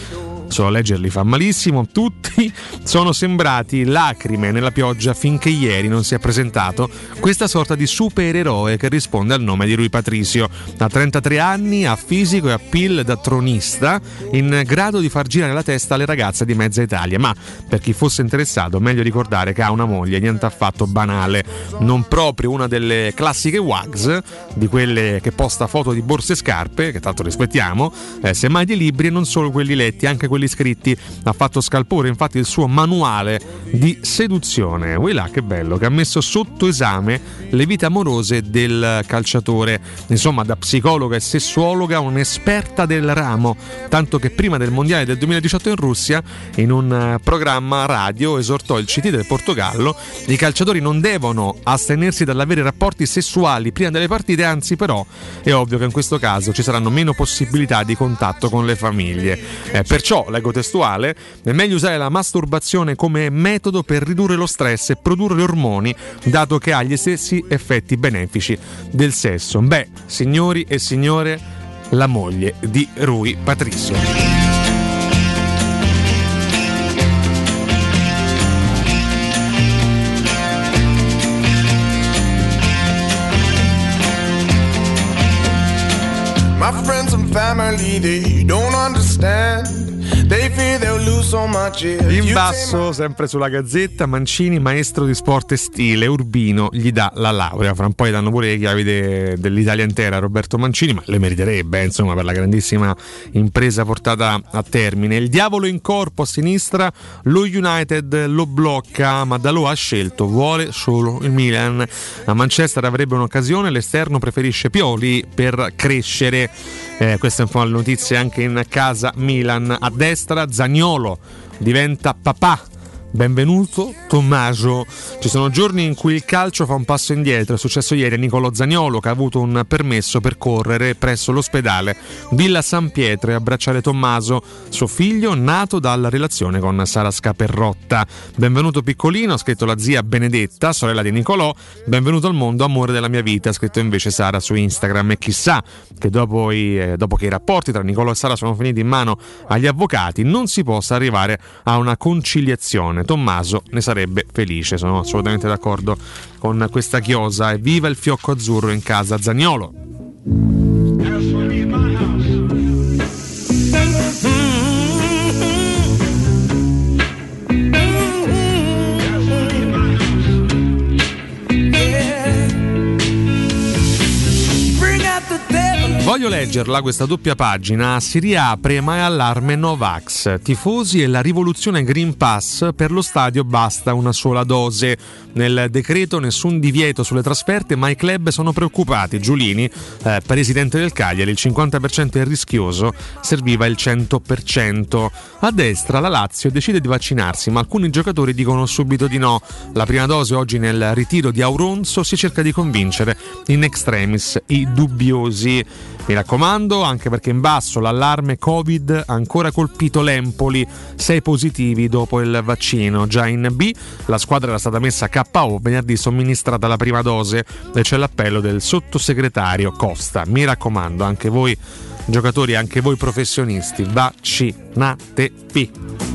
solo a leggerli fa malissimo. Tutti sono sembrati lacrime nella pioggia finché ieri non si è presentato questa sorta di supereroe che risponde al nome di Rui Patricio. Ha trentatré anni, ha fisico e appeal da tronista, in grado di far girare la testa alle ragazze di mezza Italia, ma per chi fosse interessato meglio ricordare che ha una moglie niente affatto banale, non proprio una delle classiche wags, di quelle che posta foto di borse e scarpe, che tanto rispettiamo, eh, semmai di libri, e non solo quelli letti, anche quelli scritti. Ha fatto scalpore infatti il suo manuale di seduzione, voi là che bello, che ha messo sotto esame le vite amorose del calciatore. Insomma, da psicologa e sessuologa, un'esperta del ramo, tanto che prima del mondiale del duemiladiciotto in Russia, in un programma radio, esortò il C T del Portogallo: i calciatori non devono astenersi dall'avere rapporti sessuali prima delle partite, anzi però è ovvio che in questo caso ci saranno meno possibilità di contatto con le famiglie. Eh, perciò, leggo testuale, è meglio usare la masturbazione come metodo per ridurre lo stress e produrre ormoni, dato che ha gli stessi effetti benefici del sesso. Beh, signori e signore, la moglie di Rui Patricio. My friends and family, they don't understand. They fear they'll lose so much. In basso, sempre sulla Gazzetta, Mancini, maestro di sport e stile, Urbino gli dà la laurea. Fra un po' gli danno pure le chiavi de, dell'Italia intera a Roberto Mancini, ma le meriterebbe, insomma, per la grandissima impresa portata a termine. Il diavolo in corpo a sinistra, lo United lo blocca, ma Dalot ha scelto, vuole solo il Milan. A Manchester avrebbe un'occasione, l'esterno preferisce Pioli per crescere. Eh, questa è un po' la notizia anche in casa Milan. A destra Zaniolo diventa papà. Benvenuto Tommaso. Ci sono giorni in cui il calcio fa un passo indietro. È successo ieri a Nicolò Zaniolo, che ha avuto un permesso per correre presso l'ospedale Villa San Pietro e abbracciare Tommaso, suo figlio nato dalla relazione con Sara Scaperrotta. Benvenuto piccolino, ha scritto la zia Benedetta, sorella di Nicolò. Benvenuto al mondo, amore della mia vita, ha scritto invece Sara su Instagram. E chissà che dopo, i, eh, dopo che i rapporti tra Nicolò e Sara sono finiti in mano agli avvocati non si possa arrivare a una conciliazione. Tommaso ne sarebbe felice, sono assolutamente d'accordo con questa chiosa. E viva il fiocco azzurro in casa Zaniolo. Voglio leggerla questa doppia pagina. Si riapre ma è allarme Novax. Tifosi e la rivoluzione Green Pass, per lo stadio basta una sola dose. Nel decreto nessun divieto sulle trasferte, ma i club sono preoccupati. Giulini, eh, presidente del Cagliari, il cinquanta per cento è rischioso, serviva il cento per cento. A destra la Lazio decide di vaccinarsi, ma alcuni giocatori dicono subito di no. La prima dose oggi nel ritiro di Auronzo, si cerca di convincere in extremis i dubbiosi. Mi raccomando, anche perché in basso l'allarme Covid ha ancora colpito l'Empoli, sei positivi dopo il vaccino. Già in B la squadra era stata messa K O, venerdì somministrata la prima dose e c'è l'appello del sottosegretario Costa. Mi raccomando, anche voi giocatori, anche voi professionisti, vaccinatevi.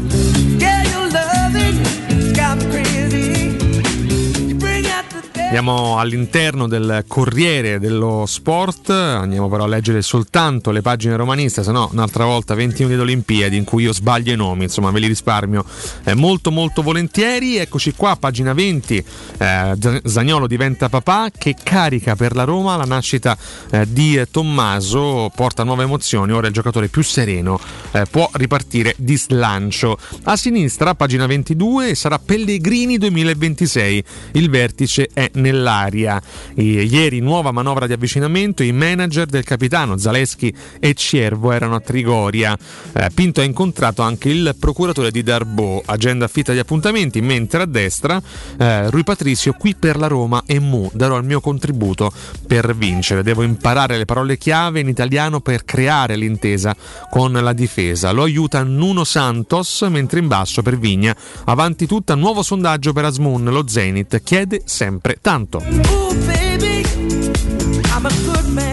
Andiamo all'interno del Corriere dello Sport, andiamo però a leggere soltanto le pagine romaniste, se no un'altra volta venti minuti di Olimpiadi in cui io sbaglio i nomi, insomma ve li risparmio eh, molto molto volentieri. Eccoci qua, pagina venti, eh, Zaniolo diventa papà, che carica per la Roma, la nascita eh, di Tommaso porta nuove emozioni, ora il giocatore più sereno eh, può ripartire di slancio. A sinistra, pagina ventidue, sarà Pellegrini duemilaventisei, il vertice è nell'aria. E ieri nuova manovra di avvicinamento, i manager del capitano Zaleschi e Ciervo erano a Trigoria. Eh, Pinto ha incontrato anche il procuratore di Darboe, agenda fitta di appuntamenti, mentre a destra eh, Rui Patricio, qui per la Roma e Mu, darò il mio contributo per vincere, devo imparare le parole chiave in italiano per creare l'intesa con la difesa. Lo aiuta Nuno Santos, mentre in basso per Vigna, avanti tutta, nuovo sondaggio per Asmun, lo Zenit chiede sempre tanto.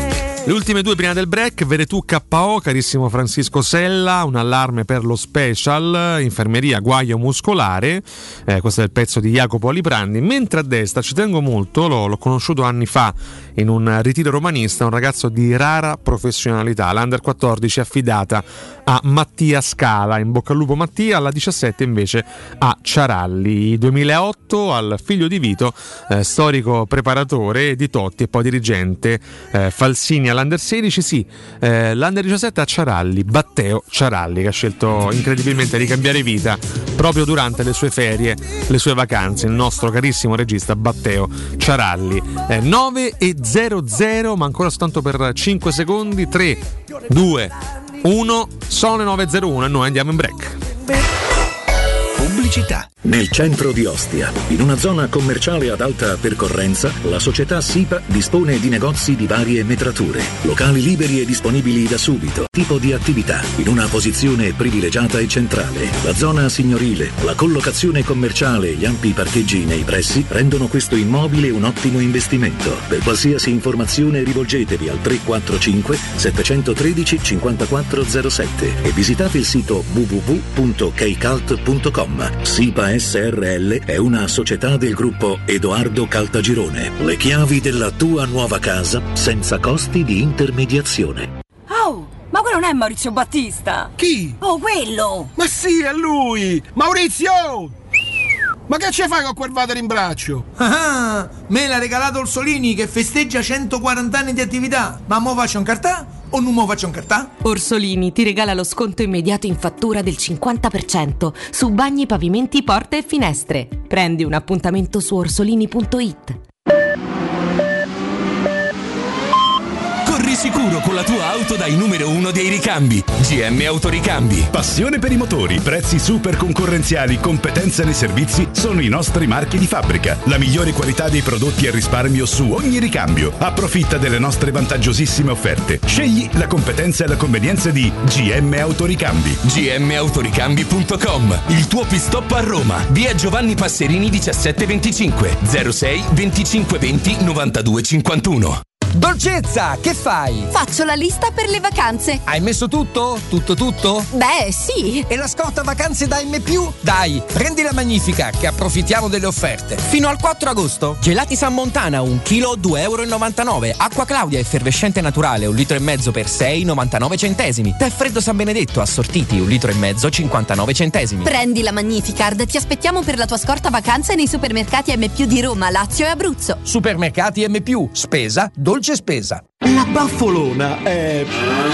Le ultime due prima del break, Veretù K O, carissimo Francisco Sella, un allarme per lo special, infermeria guaio muscolare, eh, questo è il pezzo di Jacopo Aliprandi, mentre a destra ci tengo molto, l'ho, l'ho conosciuto anni fa in un ritiro romanista, un ragazzo di rara professionalità, l'Under quattordici affidata a Mattia Scala, in bocca al lupo Mattia, alla diciassette invece a Ciaralli, duemilaotto al figlio di Vito, eh, storico preparatore di Totti e poi dirigente, eh, Falsini all'Under sedici, sì, eh, l'Under diciassette a Ciaralli, Batteo Ciaralli, che ha scelto incredibilmente di cambiare vita proprio durante le sue ferie, le sue vacanze, il nostro carissimo regista Batteo Ciaralli. eh, nove e zero zero, ma ancora soltanto per cinque secondi, tre, due, uno, sono le nove e zero uno e noi andiamo in break. Pubblicità. Nel centro di Ostia, in una zona commerciale ad alta percorrenza, la società SIPA dispone di negozi di varie metrature, locali liberi e disponibili da subito, tipo di attività, in una posizione privilegiata e centrale. La zona signorile, la collocazione commerciale e gli ampi parcheggi nei pressi rendono questo immobile un ottimo investimento. Per qualsiasi informazione rivolgetevi al tre quattro cinque sette uno tre cinque zero sette e visitate il sito w w w punto keicalt punto com. SIPA S R L è una società del gruppo Edoardo Caltagirone. Le chiavi della tua nuova casa senza costi di intermediazione. Oh, ma quello non è Maurizio Battista? Chi? Oh, quello! Ma sì, è lui! Maurizio! Ma che ci fai con quel water in braccio? Ah, me l'ha regalato Orsolini che festeggia centoquaranta anni di attività. Ma mo faccio un cartà o non mo faccio un cartà? Orsolini ti regala lo sconto immediato in fattura del cinquanta per cento su bagni, pavimenti, porte e finestre. Prendi un appuntamento su orsolini punto it. Corri sicuro con la tua auto dai numero uno dei ricambi. G M Autoricambi. Passione per i motori, prezzi super concorrenziali, competenza nei servizi sono i nostri marchi di fabbrica. La migliore qualità dei prodotti e risparmio su ogni ricambio. Approfitta delle nostre vantaggiosissime offerte. Scegli la competenza e la convenienza di G M Autoricambi. G M Autoricambi punto com. Il tuo pit-stop a Roma. Via Giovanni Passerini diciassette venticinque zero sei venticinque venti novantadue cinquantuno. Dolcezza, che fai? Faccio la lista per le vacanze. Hai messo tutto? Tutto tutto? Beh, sì. E la scorta vacanze da M più? Dai, prendi la Magnifica, che approfittiamo delle offerte. Fino al quattro agosto. Gelati San Montana, un chilo, due e novantanove euro. Acqua Claudia effervescente naturale, un litro e mezzo per sei e novantanove centesimi. Tè freddo San Benedetto, assortiti, un litro e mezzo, cinquantanove centesimi. Prendi la Magnificard, ti aspettiamo per la tua scorta vacanze nei supermercati M più di Roma, Lazio e Abruzzo. Supermercati M più, spesa, dolce spesa. La Baffolona è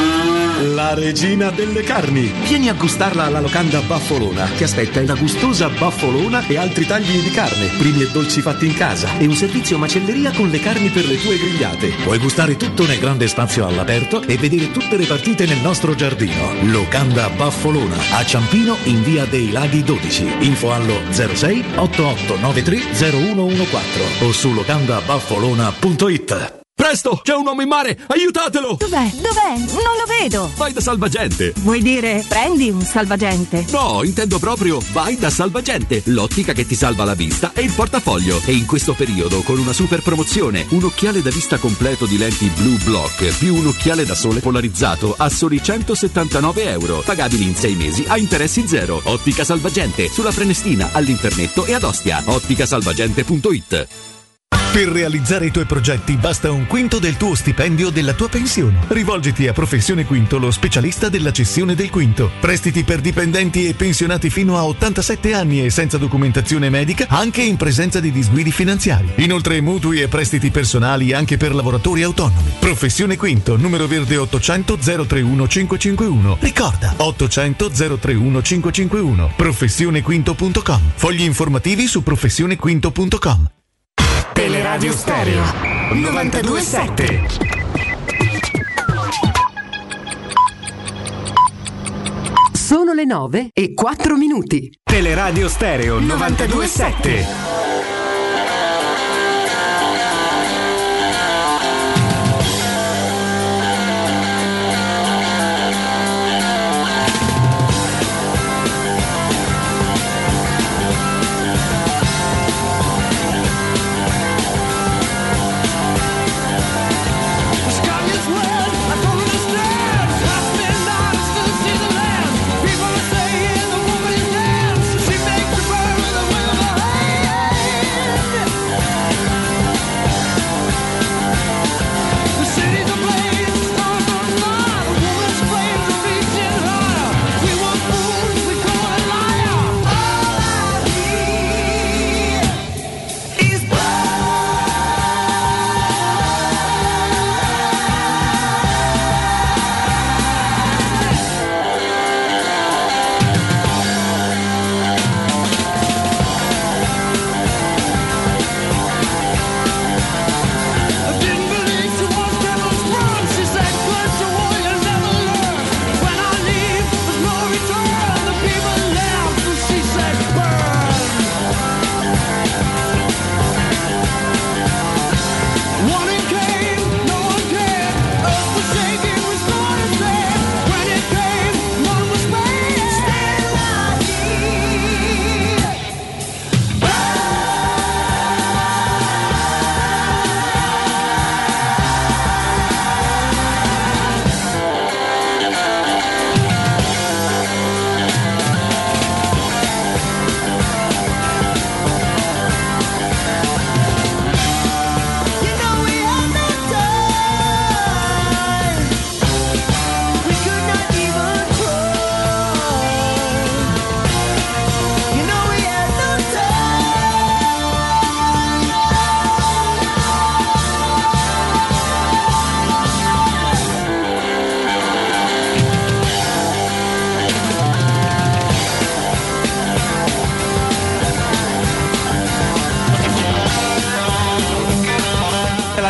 la regina delle carni. Vieni a gustarla alla locanda Baffolona. Ti aspetta la gustosa Baffolona e altri tagli di carne, primi e dolci fatti in casa e un servizio macelleria con le carni per le tue grigliate. Puoi gustare tutto nel grande spazio all'aperto e vedere tutte le partite nel nostro giardino. Locanda Baffolona a Ciampino in via dei Laghi dodici. Info allo zero sei otto otto nove tre zero uno uno quattro o su locanda baffolona punto it. Presto, c'è un uomo in mare, aiutatelo! Dov'è? Dov'è? Non lo vedo! Vai da Salvagente! Vuoi dire prendi un salvagente? No, intendo proprio vai da Salvagente, l'ottica che ti salva la vista e il portafoglio. E in questo periodo con una super promozione, un occhiale da vista completo di lenti Blue Block più un occhiale da sole polarizzato a soli centosettantanove euro, pagabili in sei mesi a interessi zero. Ottica Salvagente, sulla Prenestina, all'Internetto e ad Ostia. ottica salvagente punto it. Per realizzare i tuoi progetti basta un quinto del tuo stipendio della tua pensione. Rivolgiti a Professione Quinto, lo specialista della cessione del quinto. Prestiti per dipendenti e pensionati fino a ottantasette anni e senza documentazione medica, anche in presenza di disguidi finanziari. Inoltre mutui e prestiti personali anche per lavoratori autonomi. Professione Quinto, numero verde ottocento zero trentuno cinquecentocinquantuno. Ricorda, ottocento zero trentuno cinquecentocinquantuno. professione quinto punto com. Fogli informativi su professione quinto punto com. Teleradio Stereo novantadue sette. Sono le nove e quattro minuti. Teleradio Stereo novantadue sette. The sky is red.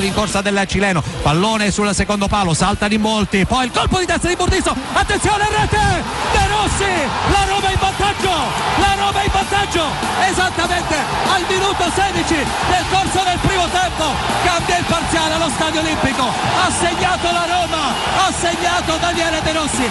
rincorsa del cileno, pallone sul secondo palo, saltano in molti, poi il colpo di testa di Burdisso, attenzione, rete De Rossi, la Roma in vantaggio, la Roma in vantaggio esattamente al minuto sedici del corso del primo tempo, cambia il parziale allo Stadio Olimpico, ha segnato la Roma, ha segnato Daniele De Rossi.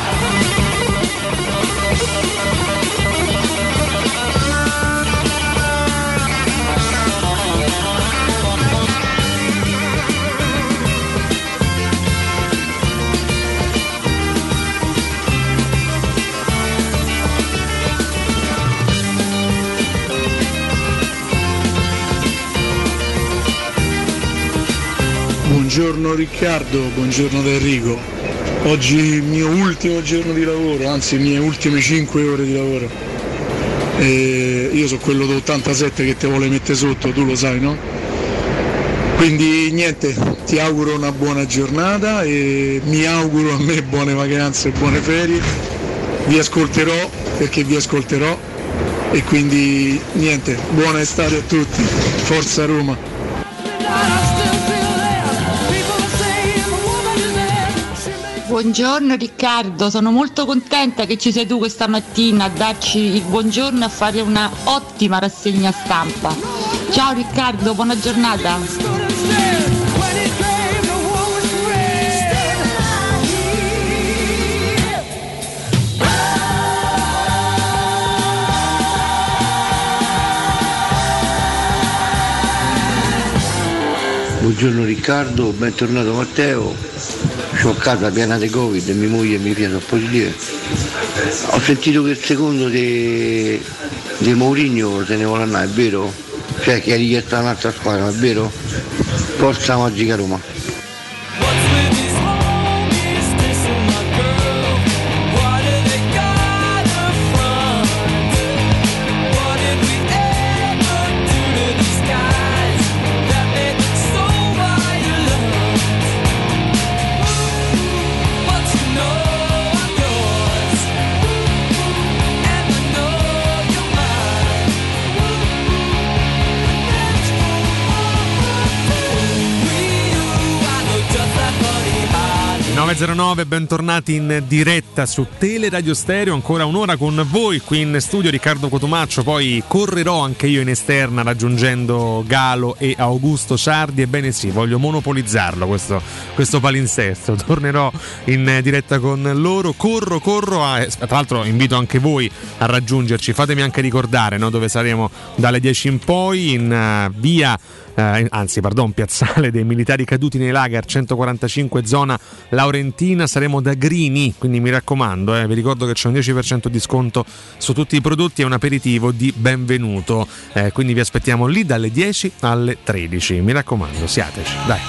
Buongiorno Riccardo, buongiorno da Enrico. Oggi il mio ultimo giorno di lavoro, anzi le mie ultime cinque ore di lavoro. E io sono quello dell'ottantasette che te vuole mettere sotto, tu lo sai, no? Quindi niente, ti auguro una buona giornata e mi auguro a me buone vacanze e buone ferie. Vi ascolterò perché vi ascolterò e quindi niente, buona estate a tutti. Forza Roma! Buongiorno Riccardo, sono molto contenta che ci sei tu questa mattina a darci il buongiorno e a fare una ottima rassegna stampa. Ciao Riccardo, buona giornata. Buongiorno Riccardo, bentornato Matteo. Ho casa piena di Covid e mia moglie e mia figlia sono positive. Ho sentito che il secondo di, di Mourinho se ne vuole andare, è vero? Cioè che ha richiesto un'altra squadra, è vero? Forza Magica Roma. nove zero nove, bentornati in diretta su Teleradio Stereo, ancora un'ora con voi qui in studio Riccardo Cotumaccio, poi correrò anche io in esterna raggiungendo Galo e Augusto Ciardi, ebbene sì, voglio monopolizzarlo questo, questo palinsesto, tornerò in diretta con loro, corro, corro, a, tra l'altro invito anche voi a raggiungerci, fatemi anche ricordare, no, dove saremo dalle dieci in poi in uh, via Eh, anzi pardon piazzale dei militari caduti nei lager centoquarantacinque zona Laurentina, saremo da Grini, quindi mi raccomando, eh, vi ricordo che c'è un dieci per cento di sconto su tutti i prodotti e un aperitivo di benvenuto, eh, quindi vi aspettiamo lì dalle dieci alle tredici, mi raccomando, siateci, dai.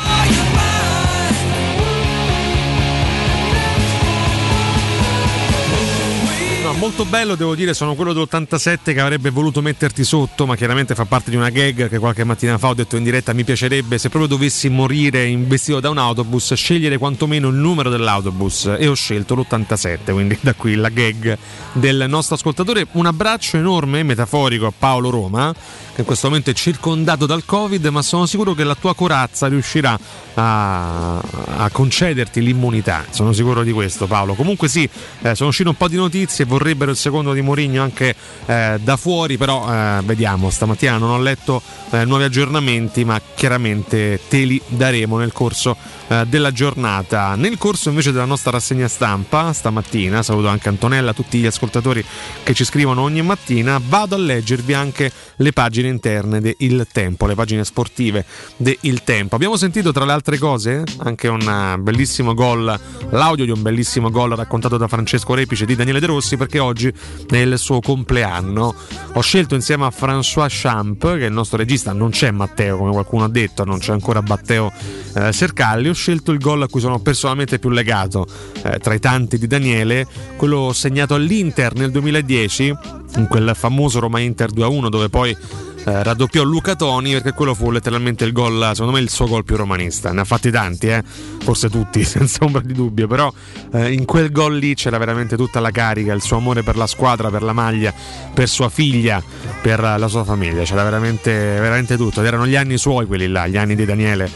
Molto bello, devo dire, sono quello dell'ottantasette che avrebbe voluto metterti sotto, ma chiaramente fa parte di una gag che qualche mattina fa ho detto in diretta, mi piacerebbe se proprio dovessi morire investito da un autobus scegliere quantomeno il numero dell'autobus, e ho scelto l'ottantasette, quindi da qui la gag del nostro ascoltatore. Un abbraccio enorme, metaforico, a Paolo Roma, che in questo momento è circondato dal Covid, ma sono sicuro che la tua corazza riuscirà a, a concederti l'immunità, sono sicuro di questo, Paolo. Comunque sì, eh, sono uscite un po' di notizie, vorrebbero il secondo di Mourinho anche eh, da fuori, però eh, vediamo, stamattina non ho letto eh, nuovi aggiornamenti, ma chiaramente te li daremo nel corso eh, della giornata. Nel corso invece della nostra rassegna stampa stamattina, saluto anche Antonella, tutti gli ascoltatori che ci scrivono ogni mattina, vado a leggervi anche le pagine interne de Il Tempo, le pagine sportive de Il Tempo. Abbiamo sentito tra le altre cose anche un bellissimo gol, l'audio di un bellissimo gol raccontato da Francesco Repice di Daniele De Rossi, perché oggi è il suo compleanno. Ho scelto insieme a François Champ, che è il nostro regista, non c'è Matteo come qualcuno ha detto, non c'è ancora Matteo eh, Sercalli, ho scelto il gol a cui sono personalmente più legato eh, tra i tanti di Daniele, quello segnato all'Inter nel duemiladieci, in quel famoso Roma-Inter due a uno dove poi Eh, raddoppiò Luca Toni, perché quello fu letteralmente il gol, secondo me il suo gol più romanista. Ne ha fatti tanti, eh? forse tutti, senza ombra di dubbio, però eh, in quel gol lì c'era veramente tutta la carica, il suo amore per la squadra, per la maglia, per sua figlia, per la sua famiglia, c'era veramente, veramente tutto. Ed erano gli anni suoi quelli là, gli anni di Daniele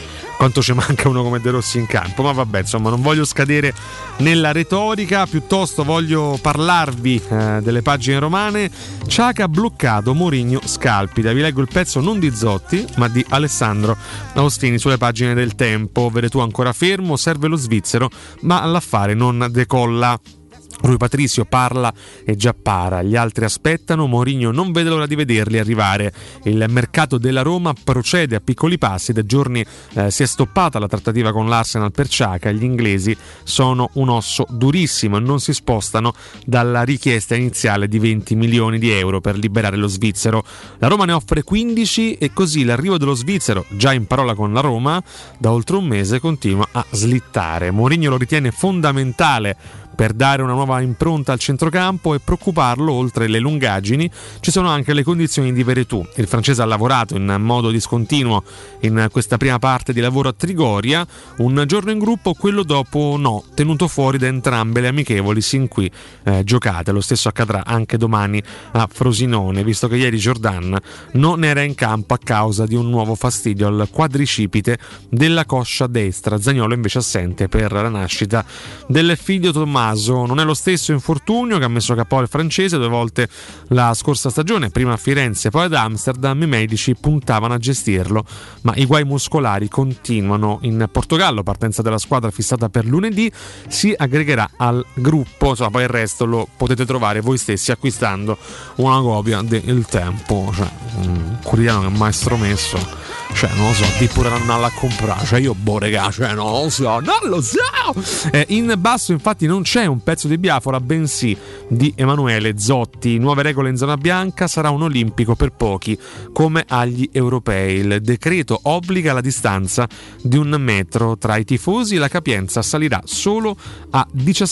quanto ci manca uno come De Rossi in campo, ma vabbè, insomma, non voglio scadere nella retorica, piuttosto voglio parlarvi eh, delle pagine romane. Ciaca bloccato, Mourinho scalpita. Vi leggo il pezzo non di Zotti ma di Alessandro Austini sulle pagine del Tempo. Veretù ancora fermo, serve lo svizzero ma l'affare non decolla. Rui Patricio parla e già para, gli altri aspettano, Mourinho non vede l'ora di vederli arrivare. Il mercato della Roma procede a piccoli passi, da giorni eh, si è stoppata la trattativa con l'Arsenal per Xhaka, gli inglesi sono un osso durissimo e non si spostano dalla richiesta iniziale di venti milioni di euro per liberare lo svizzero. La Roma ne offre quindici e così l'arrivo dello svizzero, già in parola con la Roma, da oltre un mese continua a slittare. Mourinho lo ritiene fondamentale per dare una nuova impronta al centrocampo e preoccuparlo, oltre le lungaggini, ci sono anche le condizioni di Veretù. Il francese ha lavorato in modo discontinuo in questa prima parte di lavoro a Trigoria, un giorno in gruppo, quello dopo no, tenuto fuori da entrambe le amichevoli sin qui eh, giocate. Lo stesso accadrà anche domani a Frosinone, visto che ieri Jordan non era in campo a causa di un nuovo fastidio al quadricipite della coscia destra. Zaniolo invece assente per la nascita del figlio Tommaso. Non è lo stesso infortunio che ha messo capo il francese due volte la scorsa stagione, prima a Firenze poi ad Amsterdam. I medici puntavano a gestirlo, ma i guai muscolari continuano. In Portogallo, partenza della squadra fissata per lunedì, si aggregherà al gruppo. Insomma, poi il resto lo potete trovare voi stessi acquistando una copia del Tempo. Cioè, un quotidiano che è maestro messo, cioè non lo so, di pure andare a comprare, cioè io boh regà, cioè non lo so, non lo so. Eh, in basso infatti non c'è un pezzo di Biafora, bensì di Emanuele Zotti. Nuove regole in zona bianca, sarà un olimpico per pochi come agli europei. Il decreto obbliga la distanza di un metro tra i tifosi, la capienza salirà solo a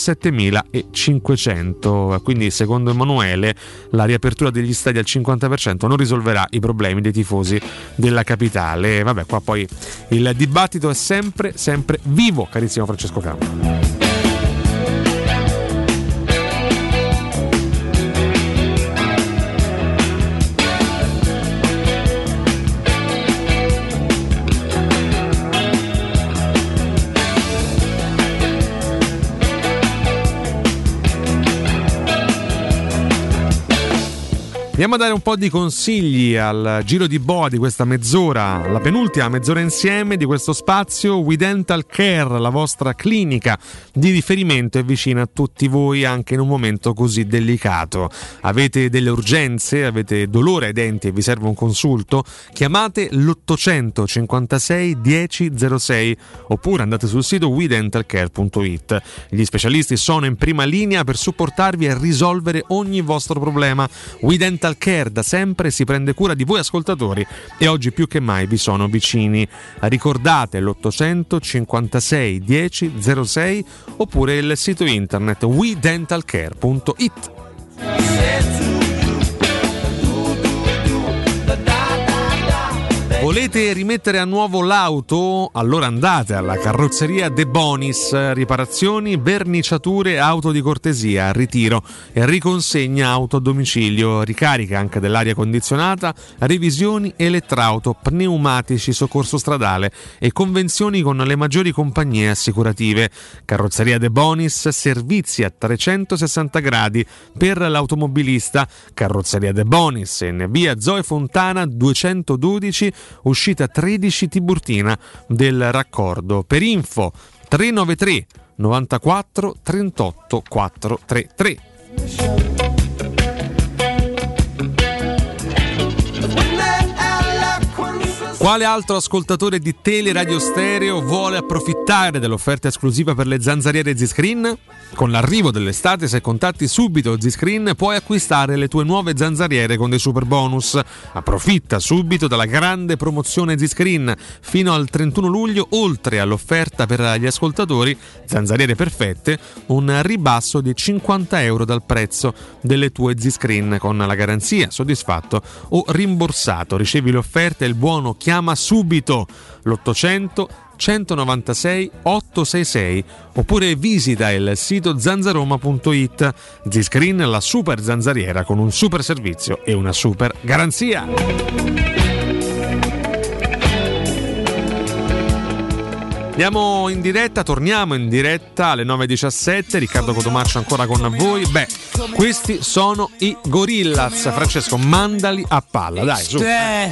diciassettemilacinquecento. Quindi secondo Emanuele la riapertura degli stadi al cinquanta per cento non risolverà i problemi dei tifosi della capitale. Vabbè, qua poi il dibattito è sempre sempre vivo, carissimo Francesco Campo. Andiamo a dare un po' di consigli al giro di boa di questa mezz'ora, la penultima mezz'ora insieme di questo spazio. We Dental Care, la vostra clinica di riferimento, è vicina a tutti voi anche in un momento così delicato. Avete delle urgenze, avete dolore ai denti e vi serve un consulto? Chiamate l'ottocento cinquantasei dieci zero sei oppure andate sul sito we dental care punto it. Gli specialisti sono in prima linea per supportarvi e risolvere ogni vostro problema. We Dental Care da sempre si prende cura di voi ascoltatori e oggi più che mai vi sono vicini. Ricordate l'ottocento cinquantasei dieci zero sei oppure il sito internet we dental care punto it. Volete rimettere a nuovo l'auto? Allora andate alla carrozzeria De Bonis, riparazioni, verniciature, auto di cortesia, ritiro e riconsegna auto a domicilio, ricarica anche dell'aria condizionata, revisioni elettrauto, pneumatici, soccorso stradale e convenzioni con le maggiori compagnie assicurative. Carrozzeria De Bonis, servizi a trecentosessanta gradi per l'automobilista. Carrozzeria De Bonis in via Zoe Fontana duecentododici, uscita tredici Tiburtina del raccordo. Per info tre nove tre novantaquattro trentotto quattrocentotrentatré. Quale altro ascoltatore di Teleradio Stereo vuole approfittare dell'offerta esclusiva per le zanzariere Z-Screen? Con l'arrivo dell'estate, se contatti subito Z-Screen, puoi acquistare le tue nuove zanzariere con dei super bonus. Approfitta subito della grande promozione Z-Screen fino al trentuno luglio, oltre all'offerta per gli ascoltatori zanzariere perfette, un ribasso di cinquanta euro dal prezzo delle tue Z-Screen con la garanzia soddisfatto o rimborsato. Ricevi l'offerta e il buono chiama subito l'ottocento centonovantasei ottocentosessantasei oppure visita il sito zanzaroma punto it. Z-Screen, la super zanzariera con un super servizio e una super garanzia. Andiamo in diretta, torniamo in diretta alle nove e diciassette. Riccardo Cotomaccio ancora con voi. Beh, questi sono i Gorillaz. Francesco, mandali a palla, dai, su.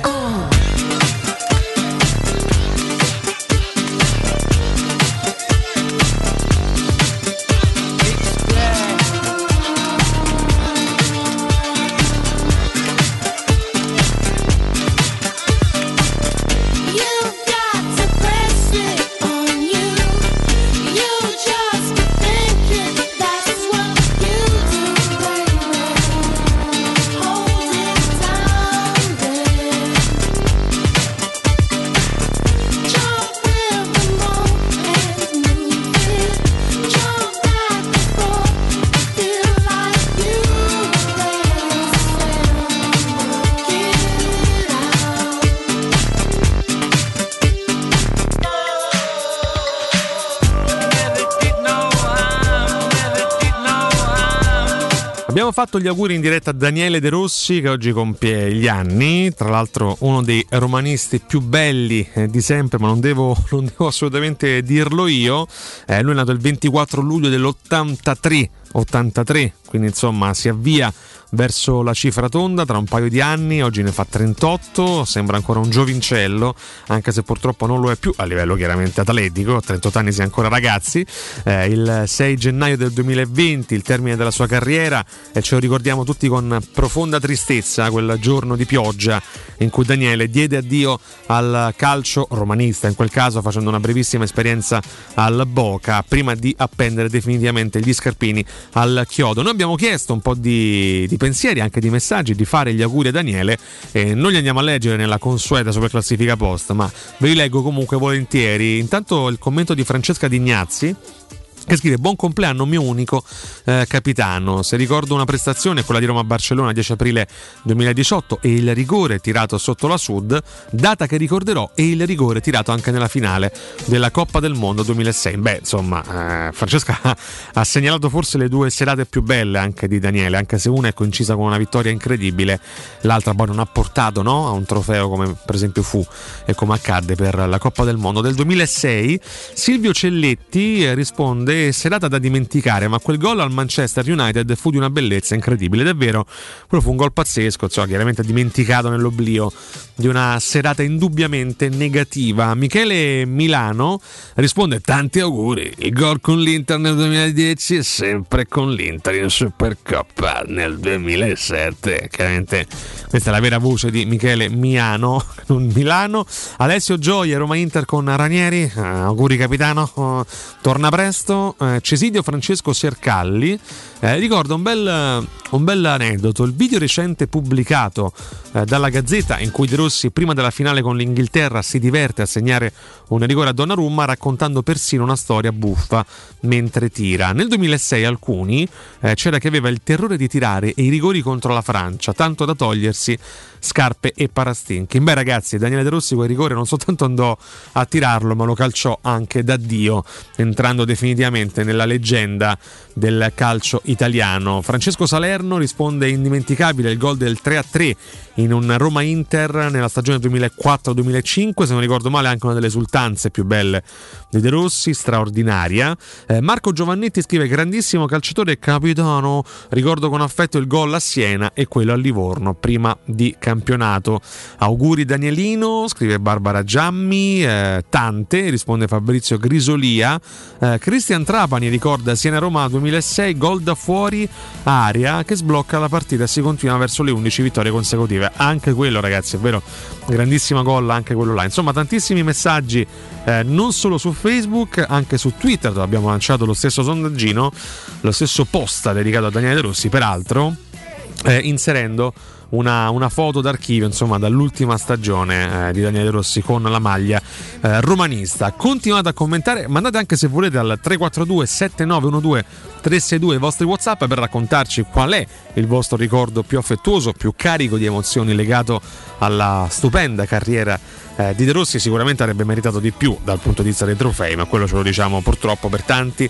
Abbiamo fatto gli auguri in diretta a Daniele De Rossi, che oggi compie gli anni, tra l'altro uno dei romanisti più belli eh, di sempre, ma non devo, non devo assolutamente dirlo io. Eh, lui è nato il ventiquattro luglio dell'ottantatré, ottantatré, quindi insomma si avvia verso la cifra tonda tra un paio di anni. Oggi ne fa trentotto, sembra ancora un giovincello, anche se purtroppo non lo è più a livello chiaramente atletico. A trentotto anni si è ancora ragazzi. Eh, il sei gennaio del duemilaventi, il termine della sua carriera, e ce lo ricordiamo tutti con profonda tristezza, quel giorno di pioggia in cui Daniele diede addio al calcio romanista, in quel caso facendo una brevissima esperienza al Boca prima di appendere definitivamente gli scarpini al chiodo. Noi abbiamo chiesto un po' di, di pensieri, anche di messaggi, di fare gli auguri a Daniele, e non li andiamo a leggere nella consueta superclassifica post, ma ve li leggo comunque volentieri. Intanto il commento di Francesca Dignazzi, che scrive: buon compleanno mio unico eh, capitano, se ricordo una prestazione, quella di Roma-Barcellona dieci aprile duemiladiciotto, e il rigore tirato sotto la Sud, data che ricorderò, e il rigore tirato anche nella finale della Coppa del Mondo duemilasei. Beh, insomma, eh, Francesca ha segnalato forse le due serate più belle anche di Daniele, anche se una è coincisa con una vittoria incredibile, l'altra poi non ha portato, no, a un trofeo come per esempio fu e come accadde per la Coppa del Mondo del duemilasei. Silvio Celletti eh, risponde: serata da dimenticare, ma quel gol al Manchester United fu di una bellezza incredibile, davvero quello fu un gol pazzesco, insomma, chiaramente dimenticato nell'oblio di una serata indubbiamente negativa. Michele Milano risponde: tanti auguri, il gol con l'Inter nel duemiladieci e sempre con l'Inter in Supercoppa nel duemilasette. Chiaramente questa è la vera voce di Michele Miano, non Milano. Alessio Gioia, Roma Inter con Ranieri, uh, auguri capitano, uh, torna presto. Eh, Cesidio Francesco Sercalli eh, ricorda un bel, un bel aneddoto, il video recente pubblicato eh, dalla Gazzetta in cui De Rossi prima della finale con l'Inghilterra si diverte a segnare un rigore a Donnarumma, raccontando persino una storia buffa mentre tira. Nel duemilasei alcuni eh, c'era chi aveva il terrore di tirare e i rigori contro la Francia, tanto da togliersi scarpe e parastinchi. Beh ragazzi, Daniele De Rossi quel rigore non soltanto andò a tirarlo, ma lo calciò anche da Dio, entrando definitivamente nella leggenda del calcio italiano. Francesco Salerno risponde: indimenticabile il gol del tre a tre in un Roma-Inter nella stagione duemilaquattro duemilacinque, se non ricordo male anche una delle esultanze più belle di De Rossi, straordinaria. eh, Marco Giovannetti scrive: grandissimo calciatore e capitano, ricordo con affetto il gol a Siena e quello a Livorno prima di campionato. Auguri Danielino, scrive Barbara Giammi. eh, tante, risponde Fabrizio Grisolia. eh, Cristian Trapani ricorda Siena-Roma duemilasei, gol da fuori area che sblocca la partita e si continua verso le undici vittorie consecutive. Anche quello ragazzi è vero, grandissima gol anche quello là. Insomma, tantissimi messaggi eh, non solo su Facebook, anche su Twitter, dove abbiamo lanciato lo stesso sondaggino, lo stesso post dedicato a Daniele De Rossi, peraltro eh, inserendo Una, una foto d'archivio, insomma, dall'ultima stagione eh, di Daniele De Rossi con la maglia eh, romanista. Continuate a commentare, mandate anche se volete al tre quattro due sette nove uno due tre sei due i vostri WhatsApp per raccontarci qual è il vostro ricordo più affettuoso, più carico di emozioni legato alla stupenda carriera eh, di De Rossi. Sicuramente avrebbe meritato di più dal punto di vista dei trofei, ma quello ce lo diciamo purtroppo per tanti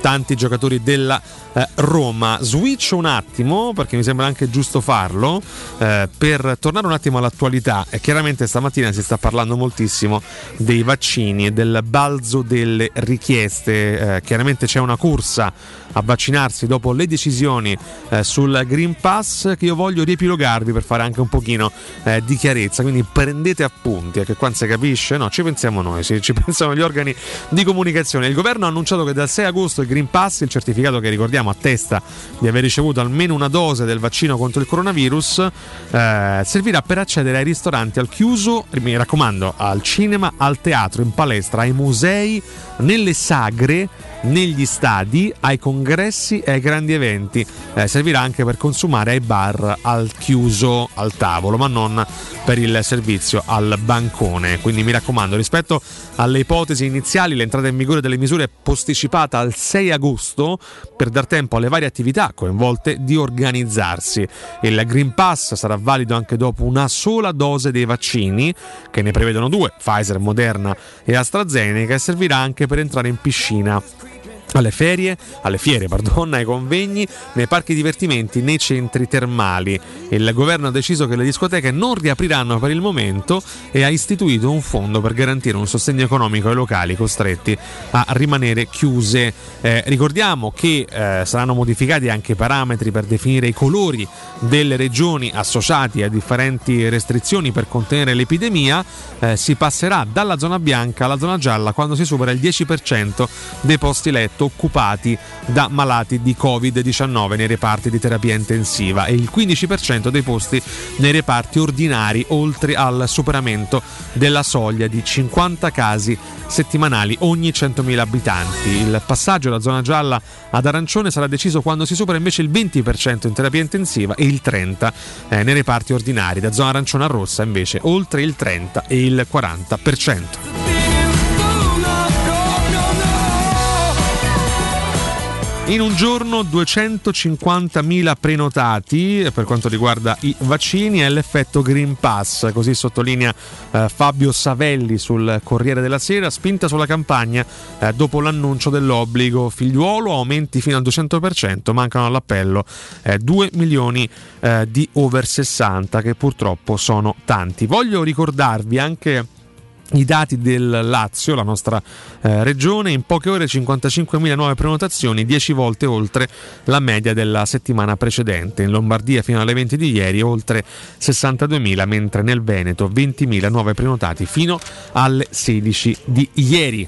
tanti giocatori della eh, Roma. Switch un attimo, perché mi sembra anche giusto farlo, eh, per tornare un attimo all'attualità. E chiaramente stamattina si sta parlando moltissimo dei vaccini e del balzo delle richieste. Eh, chiaramente c'è una corsa a vaccinarsi dopo le decisioni eh, sul Green Pass, che io voglio riepilogarvi per fare anche un pochino eh, di chiarezza, quindi prendete appunti, eh, che qua non si capisce, no, ci pensiamo noi, sì, ci pensano gli organi di comunicazione. Il governo ha annunciato che dal sei agosto il Green Pass, il certificato che ricordiamo attesta di aver ricevuto almeno una dose del vaccino contro il coronavirus, eh, servirà per accedere ai ristoranti al chiuso, mi raccomando, al cinema, al teatro, in palestra, ai musei, nelle sagre, negli stadi, ai congressi e ai grandi eventi. Eh, servirà anche per consumare ai bar al chiuso, al tavolo, ma non per il servizio al bancone. Quindi mi raccomando, rispetto alle ipotesi iniziali, l'entrata in vigore delle misure è posticipata al sei agosto per dar tempo alle varie attività coinvolte di organizzarsi. Il Green Pass sarà valido anche dopo una sola dose dei vaccini, che ne prevedono due, Pfizer, Moderna e AstraZeneca, e servirà anche per entrare in piscina, alle ferie, alle fiere, pardon, ai convegni, nei parchi divertimenti, nei centri termali. Il governo ha deciso che le discoteche non riapriranno per il momento e ha istituito un fondo per garantire un sostegno economico ai locali costretti a rimanere chiuse. Eh, ricordiamo che eh, saranno modificati anche i parametri per definire i colori delle regioni associati a differenti restrizioni per contenere l'epidemia. Eh, si passerà dalla zona bianca alla zona gialla quando si supera il dieci per cento dei posti letto occupati da malati di covid diciannove nei reparti di terapia intensiva e il quindici per cento dei posti nei reparti ordinari, oltre al superamento della soglia di cinquanta casi settimanali ogni centomila abitanti. Il passaggio da zona gialla ad arancione sarà deciso quando si supera invece il venti per cento in terapia intensiva e il trenta per cento eh, nei reparti ordinari. Da zona arancione a rossa invece oltre il trenta e il quaranta per cento. In un giorno duecentocinquantamila prenotati per quanto riguarda i vaccini e l'effetto Green Pass, così sottolinea eh, Fabio Savelli sul Corriere della Sera. Spinta sulla campagna eh, dopo l'annuncio dell'obbligo figliuolo, aumenti fino al duecento per cento, mancano all'appello eh, due milioni eh, di over sessanta, che purtroppo sono tanti. Voglio ricordarvi anche i dati del Lazio, la nostra eh, regione. In poche ore cinquantacinquemila nuove prenotazioni, dieci volte oltre la media della settimana precedente. In Lombardia fino alle venti di ieri oltre sessantaduemila, mentre nel Veneto ventimila nuove prenotati fino alle sedici di ieri.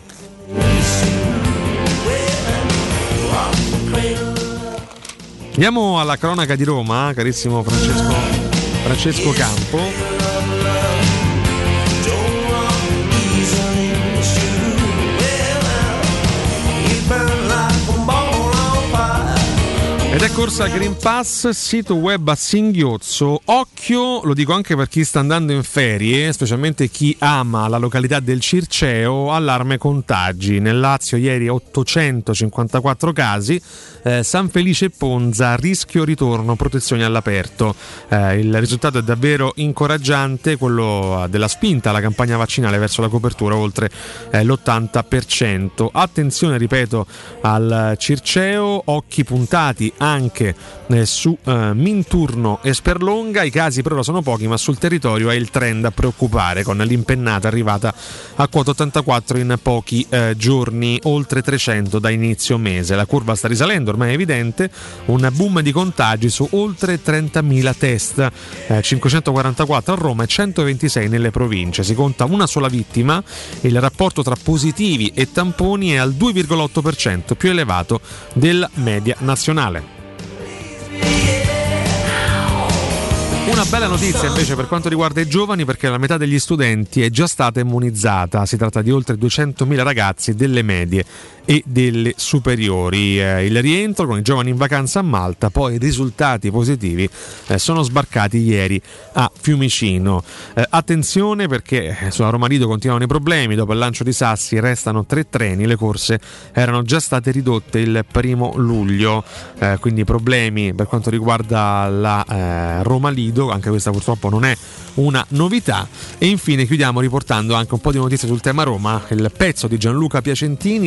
Andiamo alla cronaca di Roma, carissimo Francesco, Francesco Campo. Ed è corsa al Green Pass, sito web a singhiozzo. Occhio, lo dico anche per chi sta andando in ferie, specialmente chi ama la località del Circeo, allarme contagi. Nel Lazio ieri ottocentocinquantaquattro casi, eh, San Felice e Ponza, rischio ritorno, protezioni all'aperto. Eh, il risultato è davvero incoraggiante, quello della spinta alla campagna vaccinale verso la copertura oltre eh, l'ottanta per cento. Attenzione, ripeto, al Circeo, occhi puntati anche eh, su eh, Minturno e Sperlonga. I casi per ora sono pochi, ma sul territorio è il trend a preoccupare, con l'impennata arrivata a quota ottantaquattro in pochi eh, giorni, oltre trecento da inizio mese. La curva sta risalendo, ormai è evidente, un boom di contagi su oltre trentamila test, eh, cinquecentoquarantaquattro a Roma e centoventisei nelle province. Si conta una sola vittima. Il rapporto tra positivi e tamponi è al due virgola otto per cento, più elevato della media nazionale. Una bella notizia invece per quanto riguarda i giovani, perché la metà degli studenti è già stata immunizzata. Si tratta di oltre duecentomila ragazzi delle medie e delle superiori. Eh, il rientro con i giovani in vacanza a Malta, poi i risultati positivi eh, sono sbarcati ieri a Fiumicino. Eh, attenzione, perché sulla Roma Lido continuano i problemi. Dopo il lancio di Sassi restano tre treni, le corse erano già state ridotte il primo luglio, eh, quindi problemi per quanto riguarda la eh, Roma Lido, anche questa purtroppo non è una novità. E infine chiudiamo riportando anche un po' di notizie sul tema Roma. Il pezzo di Gianluca Piacentini, Roma per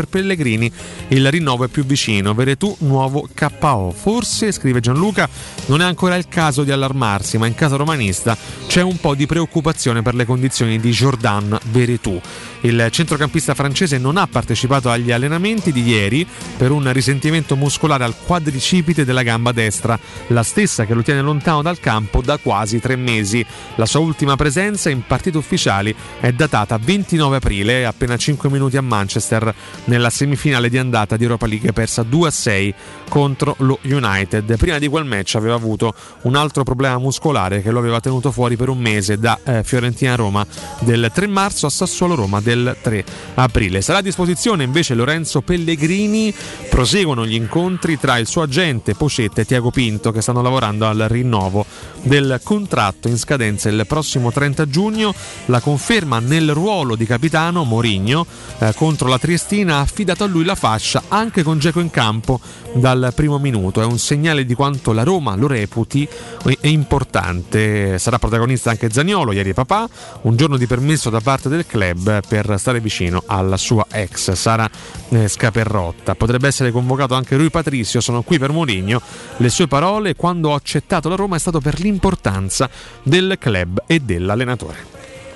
per Pellegrini il rinnovo è più vicino. Veretù nuovo K O. Forse, scrive Gianluca, non è ancora il caso di allarmarsi, ma in casa romanista c'è un po' di preoccupazione per le condizioni di Jordan Veretù. Il centrocampista francese non ha partecipato agli allenamenti di ieri per un risentimento muscolare al quadricipite della gamba destra, la stessa che lo tiene lontano dal campo da quasi tre mesi. La sua ultima presenza in partite ufficiali è datata ventinove aprile, appena cinque minuti a Manchester nella semifinale di andata di Europa League persa due a sei contro lo United. Prima di quel match aveva avuto un altro problema muscolare che lo aveva tenuto fuori per un mese, da eh, Fiorentina-Roma del tre marzo a Sassuolo-Roma del tre aprile. Sarà a disposizione invece Lorenzo Pellegrini. Proseguono gli incontri tra il suo agente Pocetta e Tiago Pinto, che stanno lavorando al rinnovo del contratto in scadenza il prossimo trenta giugno. La conferma nel ruolo di capitano Mourinho eh, contro la Triestina ha affidato a lui la fascia anche con Dzeko in campo dal primo minuto. È un segnale di quanto la Roma lo reputi è importante. Sarà protagonista anche Zaniolo, ieri papà, un giorno di permesso da parte del club per stare vicino alla sua ex Sara eh, Scaperrotta. Potrebbe essere convocato anche Rui Patricio. Sono qui per Mourinho. Le sue parole: quando ho accettato la Roma è stato per l'importanza del club e dell'allenatore.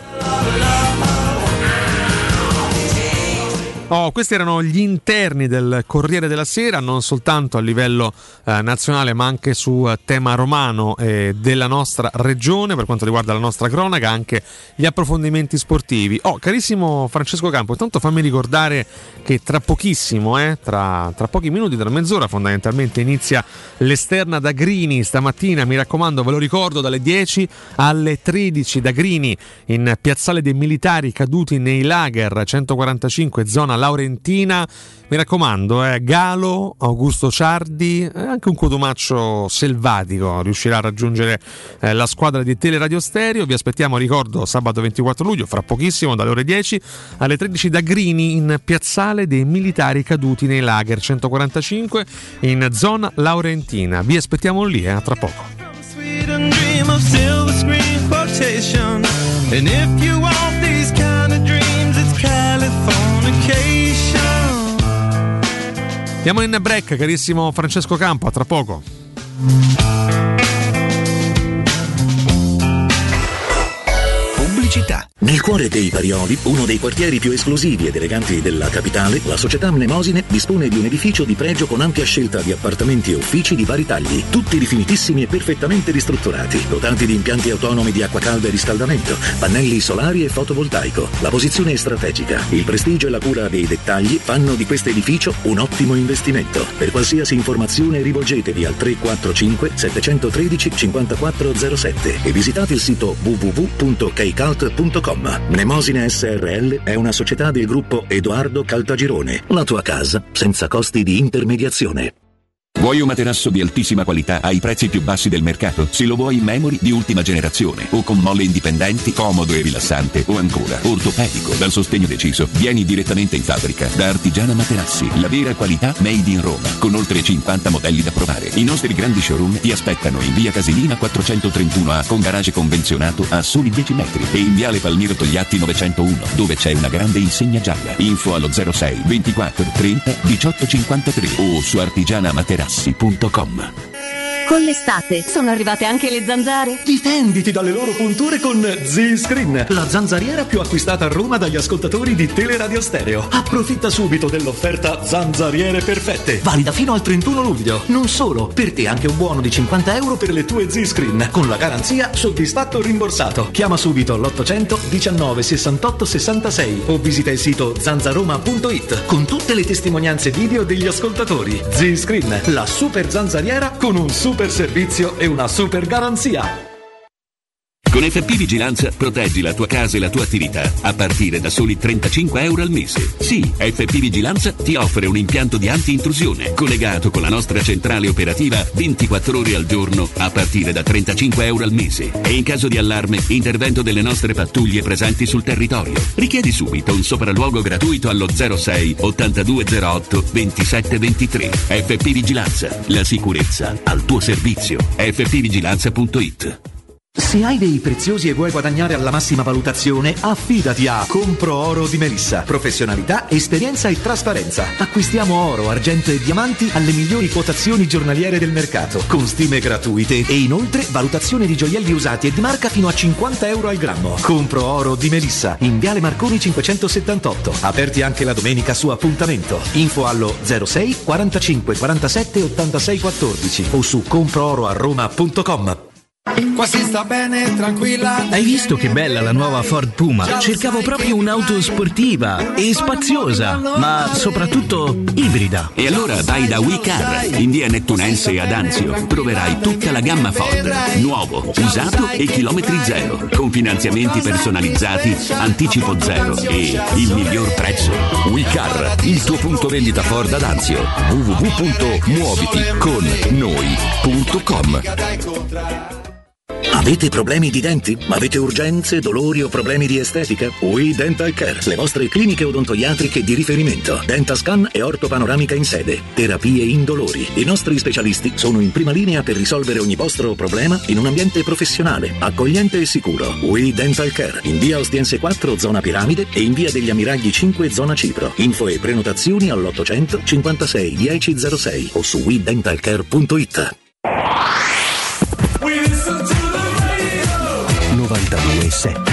Oh, questi erano gli interni del Corriere della Sera, non soltanto a livello eh, nazionale ma anche su eh, tema romano e della nostra regione. Per quanto riguarda la nostra cronaca, anche gli approfondimenti sportivi. Oh, carissimo Francesco Campo, intanto fammi ricordare che tra pochissimo, eh, tra, tra pochi minuti, tra mezz'ora fondamentalmente, inizia l'esterna da Grini stamattina. Mi raccomando, ve lo ricordo, dalle dieci alle tredici da Grini in Piazzale dei Militari Caduti nei Lager centoquarantacinque, zona Laurentina. Mi raccomando, eh, Galo, Augusto Ciardi, eh, anche un cotumaccio selvatico riuscirà a raggiungere eh, la squadra di Teleradio Stereo. Vi aspettiamo, ricordo, sabato ventiquattro luglio, fra pochissimo, dalle ore dieci alle tredici da Grini in Piazzale dei Militari Caduti nei Lager centoquarantacinque in zona Laurentina. Vi aspettiamo lì, eh, a tra poco. Andiamo in break, carissimo Francesco Campo, a tra poco. Pubblicità. Nel cuore dei Parioli, uno dei quartieri più esclusivi ed eleganti della capitale, la società Mnemosine dispone di un edificio di pregio con ampia scelta di appartamenti e uffici di vari tagli, tutti rifinitissimi e perfettamente ristrutturati, dotati di impianti autonomi di acqua calda e riscaldamento, pannelli solari e fotovoltaico. La posizione è strategica, il prestigio e la cura dei dettagli fanno di questo edificio un ottimo investimento. Per qualsiasi informazione rivolgetevi al tre quattro cinque sette uno tre cinque quattro zero sette e visitate il sito w w w punto keicalt punto com. Mnemosine S R L è una società del gruppo Edoardo Caltagirone. La tua casa senza costi di intermediazione. Vuoi un materasso di altissima qualità ai prezzi più bassi del mercato? Se lo vuoi in memory di ultima generazione o con molle indipendenti, comodo e rilassante, o ancora ortopedico dal sostegno deciso, vieni direttamente in fabbrica da Artigiana Materassi, la vera qualità made in Roma, con oltre cinquanta modelli da provare. I nostri grandi showroom ti aspettano in via Casilina quattrocentotrentuno A con garage convenzionato a soli dieci metri e in viale Palmiro Togliatti novecentouno, dove c'è una grande insegna gialla. Info allo zero sei ventiquattro trenta diciotto cinquantatré o su artigiana materassi punto com. Con l'estate sono arrivate anche le zanzare? Difenditi dalle loro punture con Z-Screen, la zanzariera più acquistata a Roma dagli ascoltatori di Teleradio Stereo. Approfitta subito dell'offerta Zanzariere Perfette, valida fino al trentuno luglio. Non solo, per te anche un buono di cinquanta euro per le tue Z-Screen, con la garanzia soddisfatto rimborsato. Chiama subito l'ottocento diciannove sessantotto sessantasei o visita il sito zanzaroma punto it con tutte le testimonianze video degli ascoltatori. Z-Screen, la super zanzariera con un super servizio e una super garanzia. Con F P Vigilanza proteggi la tua casa e la tua attività a partire da soli trentacinque euro al mese. Sì, F P Vigilanza ti offre un impianto di anti-intrusione collegato con la nostra centrale operativa ventiquattro ore al giorno a partire da trentacinque euro al mese. E in caso di allarme, intervento delle nostre pattuglie presenti sul territorio. Richiedi subito un sopralluogo gratuito allo zero sei ottantadue zero otto ventisette ventitré. F P Vigilanza, la sicurezza al tuo servizio. F P vigilanza punto it. Se hai dei preziosi e vuoi guadagnare alla massima valutazione, affidati a Compro Oro di Melissa. Professionalità, esperienza e trasparenza. Acquistiamo oro, argento e diamanti alle migliori quotazioni giornaliere del mercato, con stime gratuite e inoltre valutazione di gioielli usati e di marca fino a cinquanta euro al grammo. Compro Oro di Melissa, in Viale Marconi cinquecentosettantotto. Aperti anche la domenica su appuntamento. Info allo zero sei quarantacinque quarantasette ottantasei quattordici o su compro oro a roma punto com. Qua si sta bene, tranquilla. Hai visto che bella la nuova Ford Puma? Cercavo proprio un'auto sportiva e spaziosa, ma soprattutto ibrida. E allora vai da WeCar, in via Nettunense ad Anzio. Troverai tutta la gamma Ford, nuovo, usato e chilometri zero, con finanziamenti personalizzati, anticipo zero e il miglior prezzo. WeCar, il tuo punto vendita Ford ad Anzio. w w w punto muoviti con noi punto com. Avete problemi di denti? Avete urgenze, dolori o problemi di estetica? We Dental Care, le vostre cliniche odontoiatriche di riferimento. Dentascan e ortopanoramica in sede. Terapie indolori. I nostri specialisti sono in prima linea per risolvere ogni vostro problema in un ambiente professionale, accogliente e sicuro. We Dental Care, in via Ostiense quattro, zona Piramide, e in via degli Ammiragli cinque, zona Cipro. Info e prenotazioni all'ottocento cinquantasei dieci zero sei o su we dental care punto it. novantadue sette.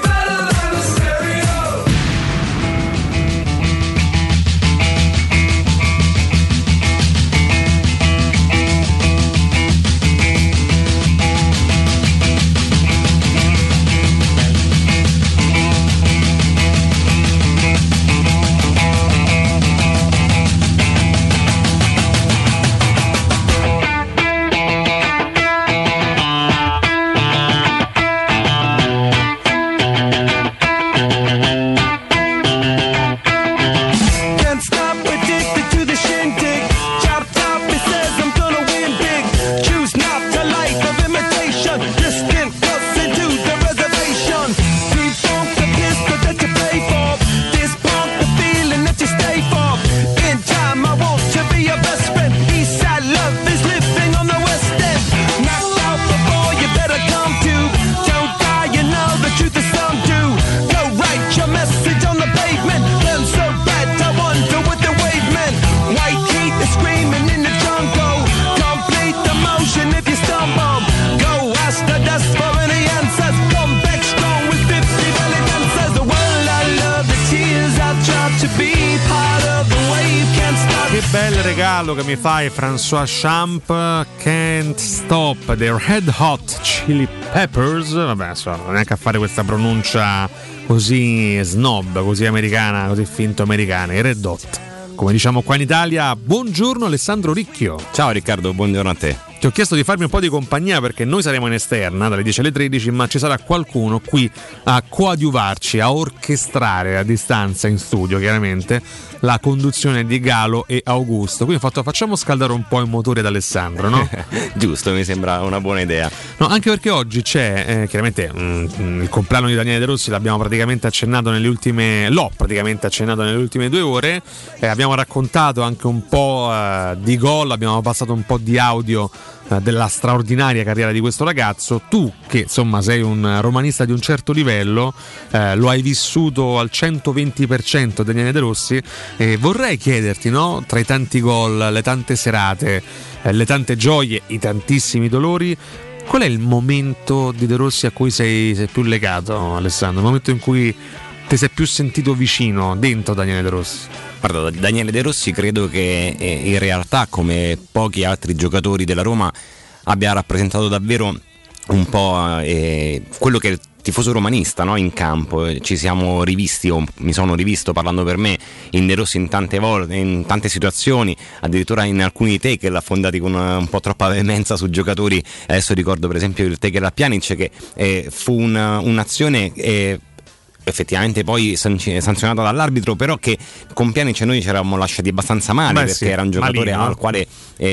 Che mi fai François Champ, Can't Stop dei Red Hot Chili Peppers. Vabbè, so, neanche a fare questa pronuncia così snob, così americana, così finto americana. I Red Hot, come diciamo qua in Italia. Buongiorno Alessandro Ricchio. Ciao Riccardo, buongiorno a te. Ti ho chiesto di farmi un po' di compagnia perché noi saremo in esterna dalle dieci alle tredici, ma ci sarà qualcuno qui a coadiuvarci, a orchestrare a distanza in studio, chiaramente, la conduzione di Galo e Augusto. Quindi ho fatto, facciamo scaldare un po' il motore ad Alessandro, no? Giusto, mi sembra una buona idea. No, anche perché oggi c'è, eh, chiaramente, mh, il compleanno di Daniele De Rossi l'abbiamo praticamente accennato nelle ultime, l'ho praticamente accennato nelle ultime due ore, eh, abbiamo raccontato anche un po' eh, di gol, abbiamo passato un po' di audio della straordinaria carriera di questo ragazzo. Tu che insomma sei un romanista di un certo livello, eh, lo hai vissuto al centoventi per cento Daniele De Rossi, e vorrei chiederti, no, tra i tanti gol, le tante serate, eh, le tante gioie, i tantissimi dolori, qual è il momento di De Rossi a cui sei, sei più legato, Alessandro? Il momento in cui ti sei più sentito vicino dentro Daniele De Rossi? Guarda, Daniele De Rossi credo che eh, in realtà, come pochi altri giocatori della Roma, abbia rappresentato davvero un po' eh, quello che è il tifoso romanista, no? In campo. Ci siamo rivisti, o mi sono rivisto, parlando per me, in De Rossi in tante volte, in tante situazioni, addirittura in alcuni take l'ha affondati con una, un po' troppa veemenza su giocatori. Adesso ricordo per esempio il take a Pjanic, che eh, fu una, un'azione eh, effettivamente poi sanzionata dall'arbitro, però che con Pjanic noi ci eravamo lasciati abbastanza male. Beh, perché sì, era un giocatore malino, al quale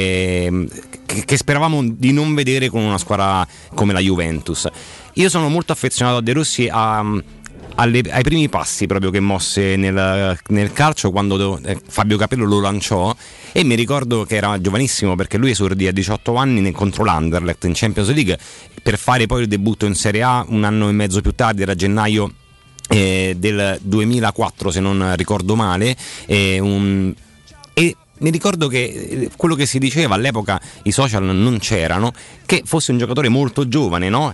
eh, che, che speravamo di non vedere con una squadra come la Juventus. Io sono molto affezionato a De Rossi a, alle, ai primi passi proprio che mosse nel, nel calcio, quando eh, Fabio Capello lo lanciò, e mi ricordo che era giovanissimo perché lui esordì a diciotto anni nel, contro l'Anderlecht in Champions League, per fare poi il debutto in Serie A un anno e mezzo più tardi, era gennaio eh, del duemilaquattro se non ricordo male, eh, un, e mi ricordo che quello che si diceva all'epoca, i social non c'erano, che fosse un giocatore molto giovane, no?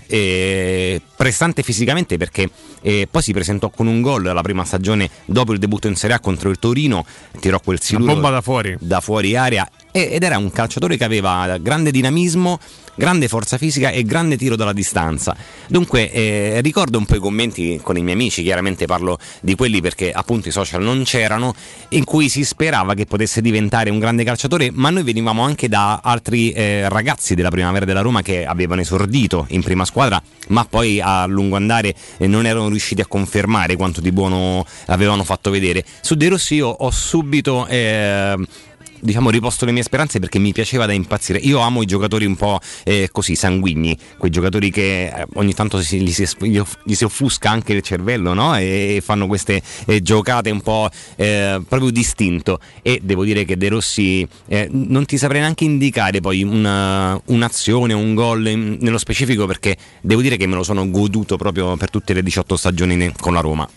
E prestante fisicamente, perché eh, poi si presentò con un gol la prima stagione dopo il debutto in Serie A contro il Torino, tirò quel siluro, bomba da fuori da fuori area, ed era un calciatore che aveva grande dinamismo, grande forza fisica e grande tiro dalla distanza. Dunque eh, ricordo un po' i commenti con i miei amici, chiaramente parlo di quelli perché appunto i social non c'erano, in cui si sperava che potesse diventare un grande calciatore, ma noi venivamo anche da altri eh, ragazzi della primavera della Roma che avevano esordito in prima squadra, ma poi a lungo andare eh, non erano riusciti a confermare quanto di buono avevano fatto vedere. Su De Rossi io ho subito eh, diciamo riposto le mie speranze, perché mi piaceva da impazzire. Io amo i giocatori un po' eh, così sanguigni, quei giocatori che eh, ogni tanto si, gli, si, gli si offusca anche il cervello, no? E, e fanno queste eh, giocate un po' eh, proprio distinto. E devo dire che De Rossi eh, non ti saprei neanche indicare poi una, un'azione, un gol in, nello specifico, perché devo dire che me lo sono goduto proprio per tutte le diciotto stagioni ne, con la Roma.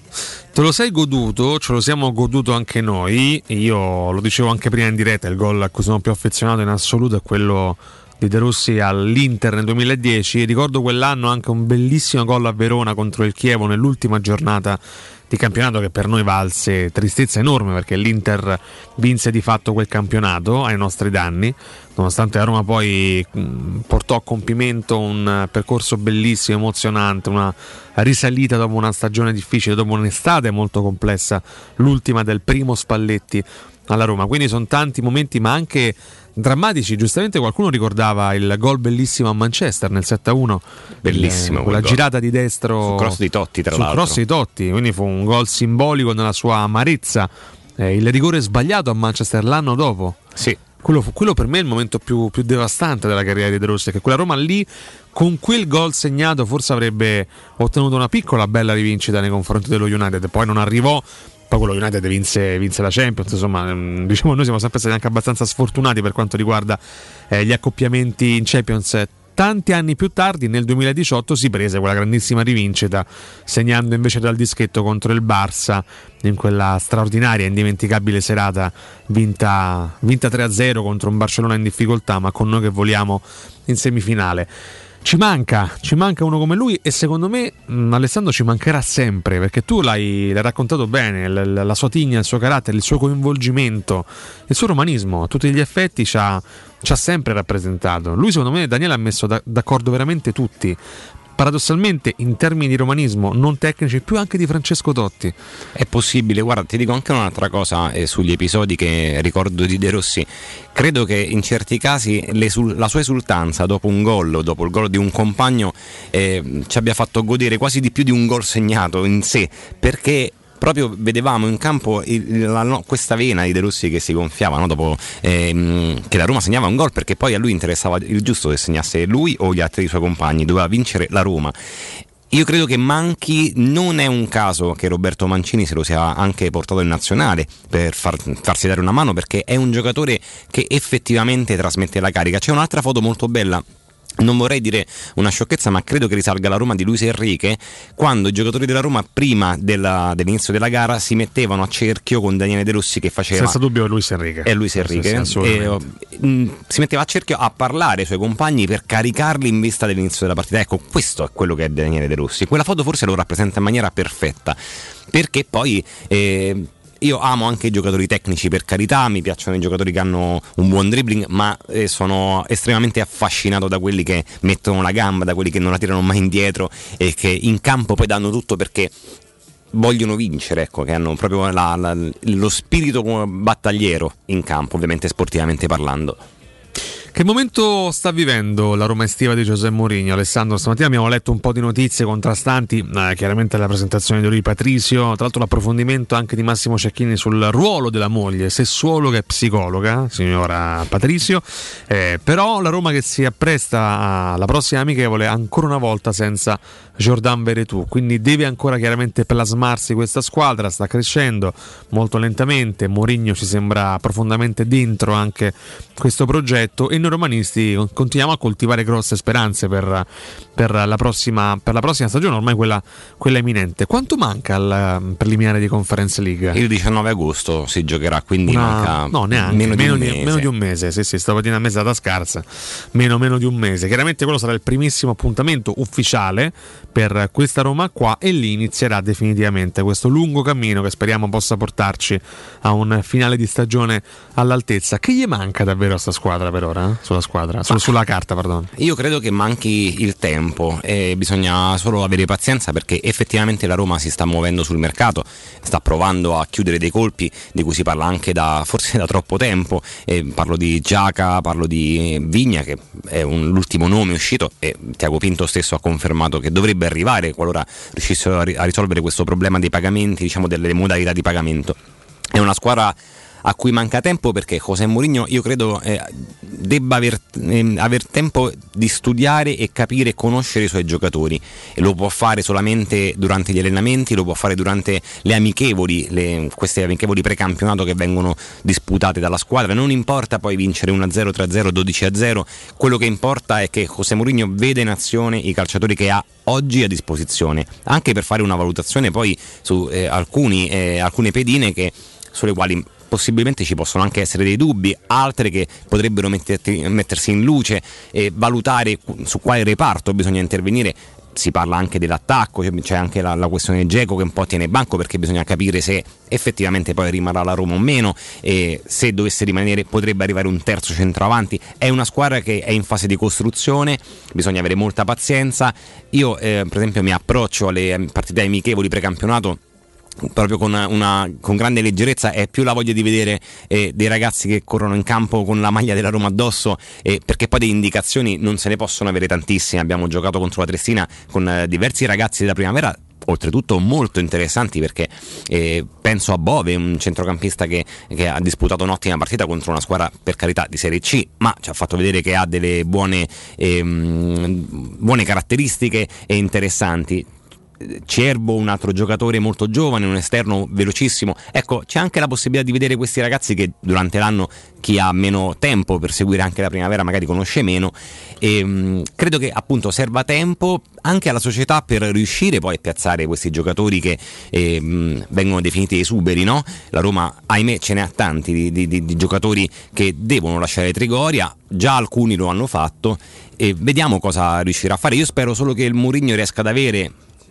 Te lo sei goduto, ce lo siamo goduto anche noi. Io lo dicevo anche prima in diretta, il gol a cui sono più affezionato in assoluto è quello di De Rossi all'Inter nel duemiladieci. Ricordo quell'anno anche un bellissimo gol a Verona contro il Chievo nell'ultima giornata di campionato, che per noi valse tristezza enorme, perché l'Inter vinse di fatto quel campionato ai nostri danni, nonostante la Roma poi mh, portò a compimento un percorso bellissimo, emozionante, una risalita dopo una stagione difficile, dopo un'estate molto complessa, l'ultima del primo Spalletti alla Roma. Quindi sono tanti momenti, ma anche drammatici. Giustamente qualcuno ricordava il gol bellissimo a Manchester nel sette a uno, bellissimo, eh, quella girata di destro sul cross di Totti, tra sul l'altro cross di Totti, quindi fu un gol simbolico nella sua amarezza. Eh, il rigore sbagliato a Manchester l'anno dopo, sì. Quello, fu, quello per me è il momento più, più devastante della carriera di De Rossi, che quella Roma lì, con quel gol segnato, forse avrebbe ottenuto una piccola bella rivincita nei confronti dello United. Poi non arrivò, poi quello United vinse, vinse la Champions, insomma, diciamo noi siamo sempre stati anche abbastanza sfortunati per quanto riguarda eh, gli accoppiamenti in Champions. Tanti anni più tardi, nel duemiladiciotto, si prese quella grandissima rivincita, segnando invece dal dischetto contro il Barça in quella straordinaria e indimenticabile serata vinta, vinta tre a zero contro un Barcellona in difficoltà, ma con noi che voliamo in semifinale. Ci manca, ci manca uno come lui, e secondo me mh, Alessandro ci mancherà sempre, perché tu l'hai, l'hai raccontato bene, l- l- la sua tigna, il suo carattere, il suo coinvolgimento, il suo romanismo, a tutti gli effetti ci ha, ci ha sempre rappresentato. Lui, secondo me, Daniele, ha messo da- d'accordo veramente tutti. Paradossalmente, in termini di romanismo non tecnici, più anche di Francesco Totti. È possibile. Guarda, ti dico anche un'altra cosa eh, sugli episodi che ricordo di De Rossi. Credo che in certi casi l'esul- la sua esultanza dopo un gol o dopo il gol di un compagno eh, ci abbia fatto godere quasi di più di un gol segnato in sé, perché proprio vedevamo in campo il, la, no, questa vena di De Rossi che si gonfiava, no? Dopo ehm, che la Roma segnava un gol, perché poi a lui interessava il giusto che segnasse lui o gli altri suoi compagni, doveva vincere la Roma. Io credo che manchi, non è un caso che Roberto Mancini se lo sia anche portato in nazionale per far, farsi dare una mano, perché è un giocatore che effettivamente trasmette la carica. C'è un'altra foto molto bella, non vorrei dire una sciocchezza, ma credo che risalga alla Roma di Luis Enrique, quando i giocatori della Roma prima della, dell'inizio della gara si mettevano a cerchio con Daniele De Rossi, che faceva, senza dubbio, Luis Enrique è Luis Enrique, sì, sì, e, mh, si metteva a cerchio a parlare ai suoi compagni per caricarli in vista dell'inizio della partita. Ecco, questo è quello che è Daniele De Rossi. Quella foto forse lo rappresenta in maniera perfetta, perché poi eh, io amo anche i giocatori tecnici, per carità, mi piacciono i giocatori che hanno un buon dribbling, ma eh, sono estremamente affascinato da quelli che mettono la gamba, da quelli che non la tirano mai indietro e che in campo poi danno tutto perché vogliono vincere, ecco, che hanno proprio la, la, lo spirito battagliero in campo, ovviamente sportivamente parlando. Che momento sta vivendo la Roma estiva di José Mourinho, Alessandro? Stamattina abbiamo letto un po' di notizie contrastanti, eh, chiaramente la presentazione di Rui Patricio, tra l'altro l'approfondimento anche di Massimo Cecchini sul ruolo della moglie, sessuologa e psicologa, signora Patricio, eh, però la Roma che si appresta alla prossima amichevole ancora una volta senza Jordan Veretout, quindi deve ancora chiaramente plasmarsi questa squadra, sta crescendo molto lentamente, Mourinho ci sembra profondamente dentro anche questo progetto e noi romanisti continuiamo a coltivare grosse speranze per, per, la, prossima, per la prossima stagione, ormai quella, quella imminente. Quanto manca al preliminare di Conference League? Il diciannove agosto si giocherà, quindi Una, manca no, neanche, meno, meno, di di, meno di un mese. Sì, sì, stamattina a me è stata scarsa, meno, meno di un mese. Chiaramente quello sarà il primissimo appuntamento ufficiale per questa Roma qua e lì inizierà definitivamente questo lungo cammino che speriamo possa portarci a un finale di stagione all'altezza. Che gli manca davvero a sta squadra per ora? Eh? Sulla squadra, su, sulla carta, pardon. Io credo che manchi il tempo e bisogna solo avere pazienza, perché effettivamente la Roma si sta muovendo sul mercato, sta provando a chiudere dei colpi di cui si parla anche da forse da troppo tempo. E parlo di Giaca, parlo di Vigna, che è un, l'ultimo nome uscito, e Tiago Pinto stesso ha confermato che dovrebbe arrivare qualora riuscissero a, ri- a risolvere questo problema dei pagamenti, diciamo delle modalità di pagamento. È una squadra a cui manca tempo, perché José Mourinho io credo eh, debba aver, eh, aver tempo di studiare e capire e conoscere i suoi giocatori, e lo può fare solamente durante gli allenamenti, lo può fare durante le amichevoli, le, queste amichevoli precampionato che vengono disputate dalla squadra. Non importa poi vincere uno a zero, tre a zero, dodici a zero, quello che importa è che José Mourinho vede in azione i calciatori che ha oggi a disposizione, anche per fare una valutazione poi su eh, alcuni, eh, alcune pedine che, sulle quali possibilmente ci possono anche essere dei dubbi, altre che potrebbero metterti, mettersi in luce e valutare su quale reparto bisogna intervenire. Si parla anche dell'attacco, c'è anche la, la questione Dzeko che un po' tiene banco, perché bisogna capire se effettivamente poi rimarrà la Roma o meno, e se dovesse rimanere potrebbe arrivare un terzo centroavanti. È una squadra che è in fase di costruzione, bisogna avere molta pazienza. Io eh, per esempio mi approccio alle partite amichevoli precampionato proprio con, una, con grande leggerezza. È più la voglia di vedere eh, dei ragazzi che corrono in campo con la maglia della Roma addosso, eh, perché poi di indicazioni non se ne possono avere tantissime. Abbiamo giocato contro la Triestina con eh, diversi ragazzi della primavera, oltretutto molto interessanti, perché eh, penso a Bove, un centrocampista che, che ha disputato un'ottima partita contro una squadra per carità di Serie C, ma ci ha fatto vedere che ha delle buone, ehm, buone caratteristiche e interessanti. Cerbo, un altro giocatore molto giovane, un esterno velocissimo. Ecco, c'è anche la possibilità di vedere questi ragazzi che durante l'anno, chi ha meno tempo per seguire anche la primavera magari conosce meno, e mh, credo che appunto serva tempo anche alla società per riuscire poi a piazzare questi giocatori che eh, mh, vengono definiti esuberi, no? La Roma, ahimè, ce ne ha tanti di, di, di, di giocatori che devono lasciare Trigoria, già alcuni lo hanno fatto, e vediamo cosa riuscirà a fare. Io spero solo che il Mourinho riesca ad avere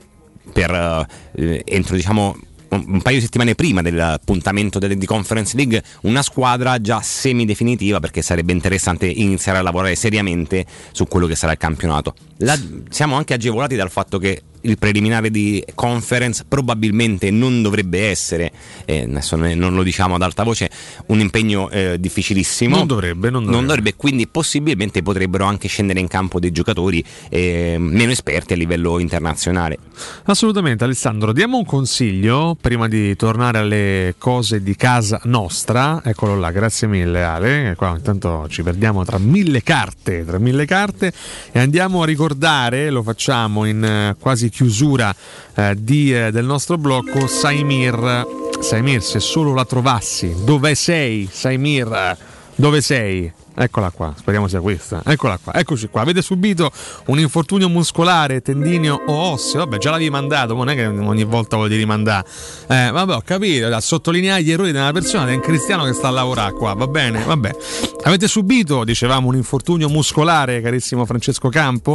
per eh, entro diciamo un, un paio di settimane prima dell'appuntamento del, di Conference League una squadra già semidefinitiva, perché sarebbe interessante iniziare a lavorare seriamente su quello che sarà il campionato. La, siamo anche agevolati dal fatto che il preliminare di Conference probabilmente non dovrebbe essere, eh, adesso non lo diciamo ad alta voce, un impegno eh, difficilissimo. Non dovrebbe, non dovrebbe. Non dovrebbe, quindi possibilmente potrebbero anche scendere in campo dei giocatori eh, meno esperti a livello internazionale. Assolutamente, Alessandro. Diamo un consiglio prima di tornare alle cose di casa nostra. Eccolo là, grazie mille Ale. Qua intanto ci perdiamo tra mille carte, tra mille carte e andiamo a ricordare, lo facciamo in eh, quasi chiusura eh, di, eh, del nostro blocco, Saimir. Saimir, se solo la trovassi. Dove sei, Saimir? Dove sei? Eccola qua, speriamo sia questa. Eccola qua, eccoci qua. Avete subito un infortunio muscolare, tendineo o osseo? Vabbè, già l'avevi mandato, ma non è che ogni volta volete rimandare. Eh, vabbè, ho capito, da sottolineare gli errori della persona, è un cristiano che sta a lavorare qua, va bene? Vabbè. Avete subito, dicevamo, un infortunio muscolare, carissimo Francesco Campo?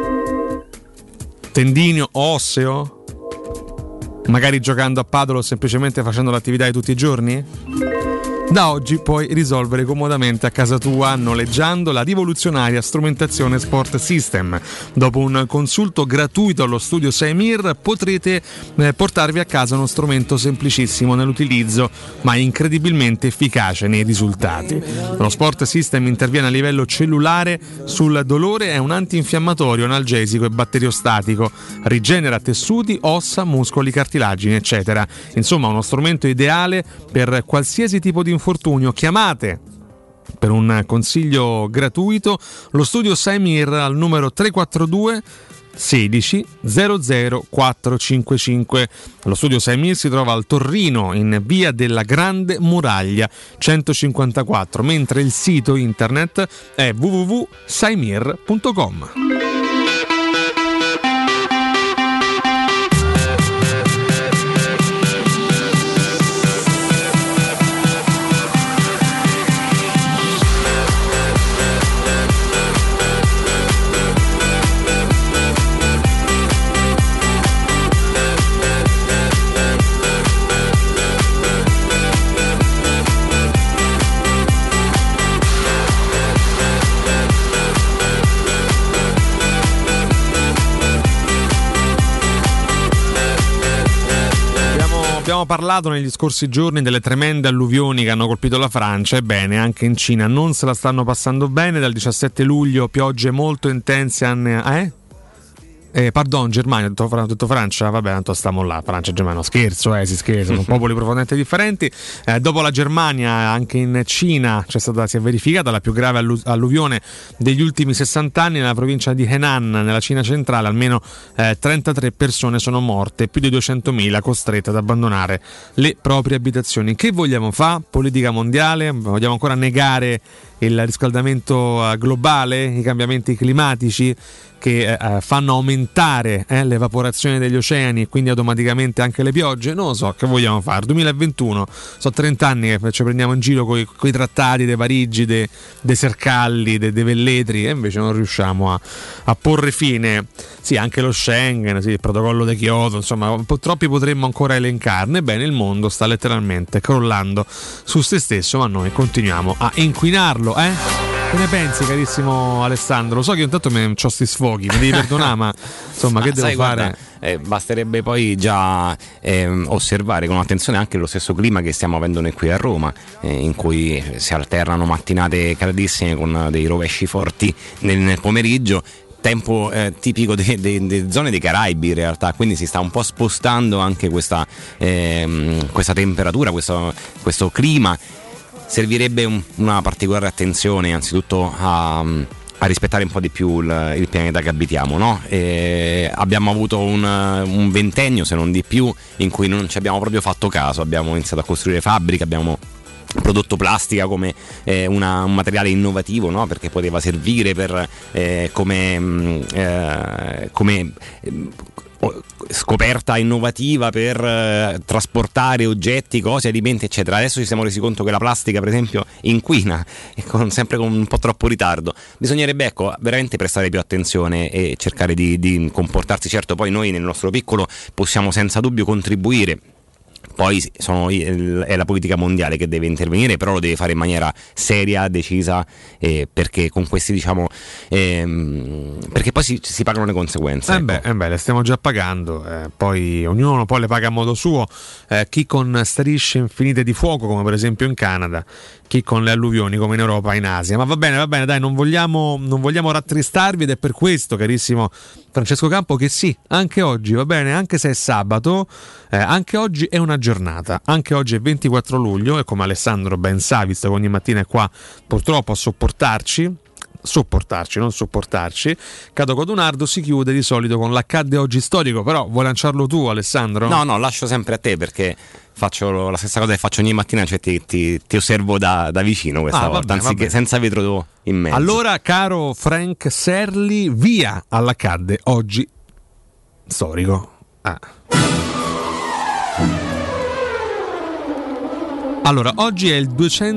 Tendineo o osseo? Magari giocando a padel o semplicemente facendo l'attività di tutti i giorni? Da oggi puoi risolvere comodamente a casa tua noleggiando la rivoluzionaria strumentazione Sport System. Dopo un consulto gratuito allo studio sei Mir potrete eh, portarvi a casa uno strumento semplicissimo nell'utilizzo ma incredibilmente efficace nei risultati. Lo Sport System interviene a livello cellulare sul dolore, è un antinfiammatorio, analgesico e batteriostatico, rigenera tessuti, ossa, muscoli, cartilagini eccetera. Insomma, uno strumento ideale per qualsiasi tipo di infortunio. Chiamate per un consiglio gratuito lo studio sei Mir al numero tre quattro due sedici zero zero quattro cinque cinque. Lo studio sei Mir si trova al Torrino in via della Grande Muraglia centocinquantaquattro, mentre il sito internet è w w w punto sei mir punto com. Abbiamo parlato negli scorsi giorni delle tremende alluvioni che hanno colpito la Francia. Ebbene, anche in Cina non se la stanno passando bene. Dal diciassette luglio piogge molto intense. Eh? Eh, pardon, Germania, ho detto, ho detto Francia, vabbè, tanto stiamo là, Francia e Germania, scherzo, eh, si scherza, sono popoli profondamente differenti. Eh, dopo la Germania, anche in Cina c'è stata, si è verificata la più grave allu- alluvione degli ultimi sessanta anni nella provincia di Henan, nella Cina centrale. Almeno eh, trentatré persone sono morte, più di duecentomila costrette ad abbandonare le proprie abitazioni. Che vogliamo fare? Politica mondiale? Vogliamo ancora negare il riscaldamento globale, i cambiamenti climatici che eh, fanno aumentare eh, l'evaporazione degli oceani e quindi automaticamente anche le piogge? Non lo so, che vogliamo fare? duemilaventuno, sono trenta anni che ci prendiamo in giro con i trattati dei Parigi, dei de Sercalli, dei de Velletri, e invece non riusciamo a, a porre fine. Sì, anche lo Schengen, sì, il protocollo di Kyoto, insomma, troppi potremmo ancora elencarne. Bene, il mondo sta letteralmente crollando su se stesso, ma noi continuiamo a inquinarlo, eh? Che ne pensi, carissimo Alessandro? Lo so che intanto ho sti sfoghi, mi devi perdonare, ma insomma, che devo sai, fare? Guarda, eh, basterebbe poi già eh, osservare con attenzione anche lo stesso clima che stiamo avendo noi qui a Roma, eh, in cui si alternano mattinate caldissime con dei rovesci forti nel, nel pomeriggio. Tempo eh, tipico delle de, de zone dei Caraibi in realtà, quindi si sta un po' spostando anche questa, eh, questa temperatura, questo, questo clima. Servirebbe un, una particolare attenzione innanzitutto a, a rispettare un po' di più il, il pianeta che abitiamo, no? E abbiamo avuto un, un ventennio, se non di più, in cui non ci abbiamo proprio fatto caso. Abbiamo iniziato a costruire fabbriche, abbiamo prodotto plastica come eh, una, un materiale innovativo, no? Perché poteva servire per eh, come, eh, come eh, scoperta innovativa per eh, trasportare oggetti, cose, alimenti eccetera. Adesso ci siamo resi conto che la plastica, per esempio, inquina, e con, sempre con un po' troppo ritardo. Bisognerebbe, ecco, veramente prestare più attenzione e cercare di, di comportarsi. Certo, poi noi nel nostro piccolo possiamo senza dubbio contribuire. Poi sono, è la politica mondiale che deve intervenire, però lo deve fare in maniera seria, decisa, eh, perché con questi, diciamo, ehm, perché poi si, si pagano le conseguenze. Eh ecco. beh, eh beh, le stiamo già pagando, eh, poi ognuno poi le paga a modo suo, eh, chi con strisce infinite di fuoco, come per esempio in Canada, chi con le alluvioni come in Europa e in Asia. Ma va bene, va bene, dai, non vogliamo, non vogliamo rattristarvi, ed è per questo, carissimo Francesco Campo, che sì, anche oggi, va bene, anche se è sabato, eh, anche oggi è una giornata, anche oggi è ventiquattro luglio, e come Alessandro ben sa, visto che ogni mattina è qua purtroppo a sopportarci, sopportarci, non sopportarci, Cato Codunardo si chiude di solito con l'accadde oggi storico. Però vuoi lanciarlo tu, Alessandro? No, no, lascio sempre a te, perché faccio la stessa cosa che faccio ogni mattina, cioè ti, ti, ti osservo da, da vicino questa ah, volta, vabbè, anziché vabbè. senza vetro in mezzo. Allora, caro Frank Serli, via all'accadde oggi storico. Ah. Allora, oggi è il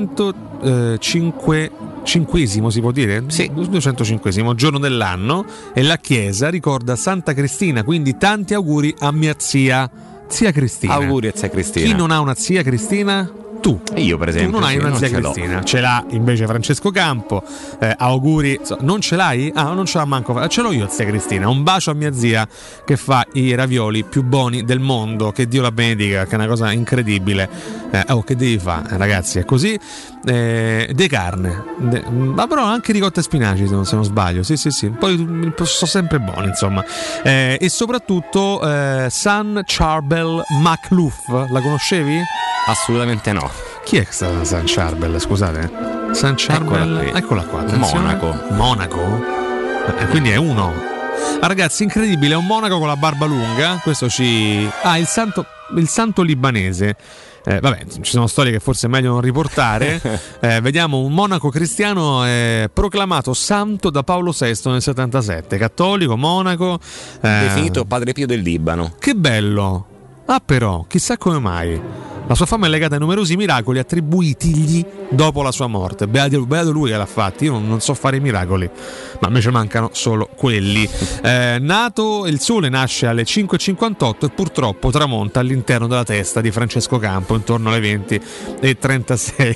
duecentocinquesimo, si può dire? Sì. duecentocinquesimo giorno dell'anno, e la Chiesa ricorda Santa Cristina, quindi tanti auguri a mia zia, zia Cristina. Auguri a zia Cristina. Chi non ha una zia Cristina? Tu, io per esempio, tu non hai sì, una non zia ce l'ho. Cristina, ce l'ha invece Francesco Campo. Eh, auguri, non ce l'hai? Ah, non ce l'ha manco. Ce l'ho io, zia Cristina. Un bacio a mia zia che fa i ravioli più buoni del mondo. Che Dio la benedica, che è una cosa incredibile. Eh, oh, che devi fare, ragazzi? È così. Eh, de carne, de, ma però anche ricotta e spinaci, se non, se non sbaglio. Sì, sì, sì. Poi sono sempre buoni, insomma. Eh, e soprattutto eh, San Charbel Macluff, la conoscevi? Assolutamente no. Chi è questa San Charbel? Scusate. San Charbel, eccola qua. Attenzione. Monaco. Monaco? Eh, quindi è uno. Ah, ragazzi, incredibile, è un monaco con la barba lunga. Questo ci. Ah, il santo, il santo libanese. Eh, vabbè, ci sono storie che forse è meglio non riportare. eh, vediamo un monaco cristiano eh, proclamato santo da Paolo sesto nel settantasette, cattolico, monaco, eh, definito Padre Pio del Libano. Che bello. Ah, però, chissà come mai. La sua fama è legata ai numerosi miracoli attribuitigli dopo la sua morte. Beato, beato lui che l'ha fatti. Io non, non so fare i miracoli, ma invece mancano solo quelli. Eh, nato, il sole nasce alle cinque e cinquantotto e purtroppo tramonta all'interno della testa di Francesco Campo intorno alle venti e trentasei.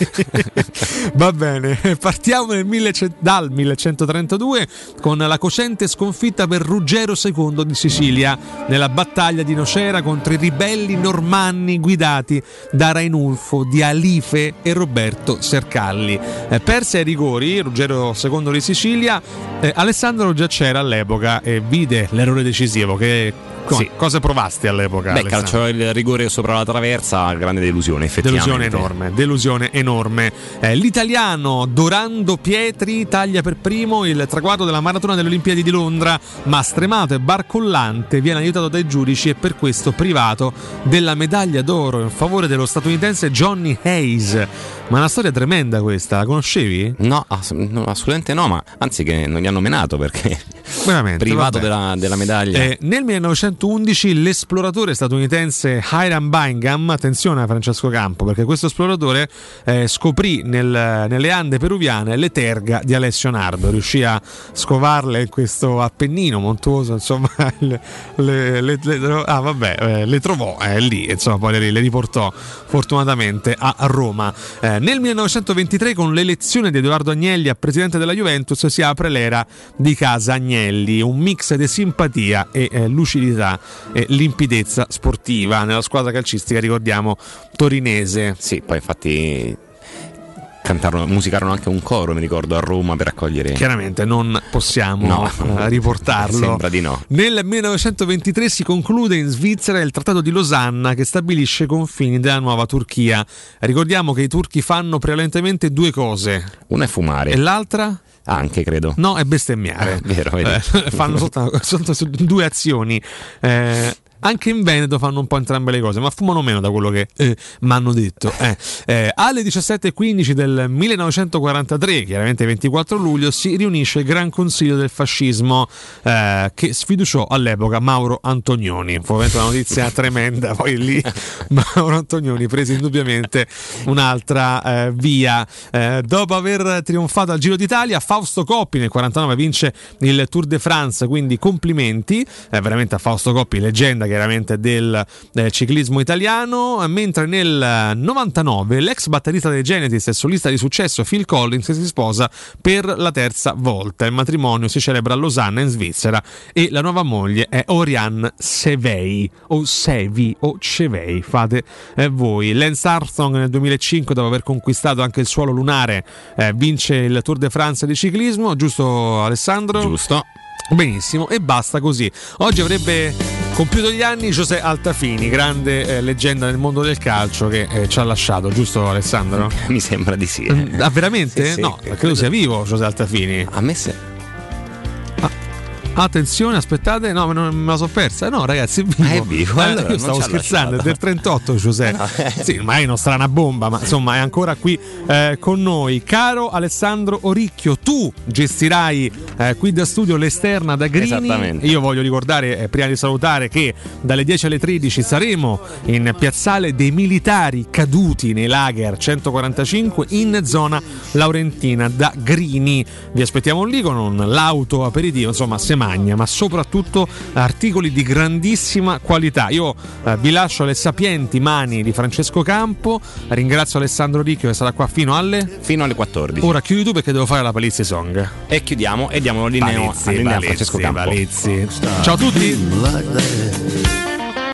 Va bene, partiamo nel millecento, dal millecentotrentadue con la cocente sconfitta per Ruggero secondo di Sicilia nella battaglia di Nocera contro i ribelli normanni guidati da Rainulfo di Alife e Roberto Sercalli. Eh, perse ai rigori Ruggero secondo di Sicilia, eh, Alessandro già c'era all'epoca e vide l'errore decisivo. Che sì. Cosa provasti all'epoca? Beh, calciò il rigore sopra la traversa, grande delusione, effettivamente. Delusione enorme, delusione enorme. Eh, l'italiano Dorando Pietri taglia per primo il traguardo della maratona delle Olimpiadi di Londra, ma stremato e barcollante viene aiutato dai giudici e per questo privato della medaglia d'oro in favore dello statunitense Johnny Hayes. Ma è una storia tremenda questa, la conoscevi? No, ass- no assolutamente no, ma anzi che non gli hanno menato perché veramente privato della, della medaglia. Eh, nel millenovecentoundici l'esploratore statunitense Hiram Bingham, attenzione a Francesco Campo perché questo esploratore eh, scoprì nel, nelle Ande peruviane le terga di Alessio Nardo, riuscì a scovarle in questo Appennino montuoso, insomma le, le, le, le, ah, vabbè, eh, le trovò eh, lì, insomma poi le, le riportò fortunatamente a, a Roma. Eh, nel millenovecentoventitré con l'elezione di Edoardo Agnelli a presidente della Juventus si apre l'era di Casa Agnelli, un mix di simpatia e eh, lucidità e limpidezza sportiva nella squadra calcistica, ricordiamo, torinese. Sì, poi infatti cantarono, musicarono anche un coro, mi ricordo, a Roma per accogliere. Chiaramente non possiamo no, uh, riportarlo. Sembra di no. Nel millenovecentoventitré si conclude in Svizzera il Trattato di Losanna che stabilisce i confini della nuova Turchia. Ricordiamo che i turchi fanno prevalentemente due cose. Una è fumare. E l'altra? Anche, credo. No, è bestemmiare. Eh, vero, vero. Eh, fanno soltanto, soltanto due azioni. Eh, Anche in Veneto fanno un po' entrambe le cose, ma fumano meno da quello che eh, mi hanno detto. Eh, eh, alle diciassette e quindici del millenovecentoquarantatré, chiaramente ventiquattro luglio, si riunisce il Gran Consiglio del Fascismo eh, che sfiduciò all'epoca Mauro Antonioni. Fu ovviamente una notizia tremenda, poi lì Mauro Antonioni prese indubbiamente un'altra eh, via. Eh, dopo aver trionfato al Giro d'Italia, Fausto Coppi nel quarantanove vince il Tour de France, quindi complimenti eh, veramente a Fausto Coppi, leggenda chiaramente del eh, ciclismo italiano, mentre nel novantanove l'ex batterista dei Genesis e solista di successo Phil Collins si sposa per la terza volta. Il matrimonio si celebra a Losanna in Svizzera e la nuova moglie è Oriane Sevei o Sevi o Cevei, fate eh, voi. Lance Armstrong nel duemilacinque, dopo aver conquistato anche il suolo lunare, eh, vince il Tour de France di ciclismo, giusto Alessandro? Giusto. Benissimo, e basta così. Oggi avrebbe compiuto gli anni José Altafini, grande eh, leggenda nel mondo del calcio che eh, ci ha lasciato, giusto Alessandro? Mi sembra di sì. Eh. Ah, veramente? Sì, sì, no, credo, credo sia vivo José Altafini. A me se... Attenzione, aspettate, no, non me la so persa. No, ragazzi, è vivo. Ah, è vivo. Eh, Allora, io stavo scherzando, è del trentotto, Giuseppe. No, eh. Sì, magari non sarà una bomba, ma insomma è ancora qui eh, con noi. Caro Alessandro Oricchio, tu gestirai eh, qui da studio l'esterna da Grini. Esattamente. Io voglio ricordare, eh, prima di salutare, che dalle dieci alle tredici saremo in Piazzale dei Militari Caduti nei Lager centoquarantacinque in zona Laurentina da Grini. Vi aspettiamo lì con un l'auto aperitivo, insomma, semmai magna, ma soprattutto articoli di grandissima qualità. Io eh, vi lascio le sapienti mani di Francesco Campo, ringrazio Alessandro Ricchio che sarà qua fino alle fino alle quattordici. Ora chiudi tu perché devo fare la Palizzi Song. E chiudiamo e diamo la linea a Francesco Campo. Palizzi. Ciao a tutti.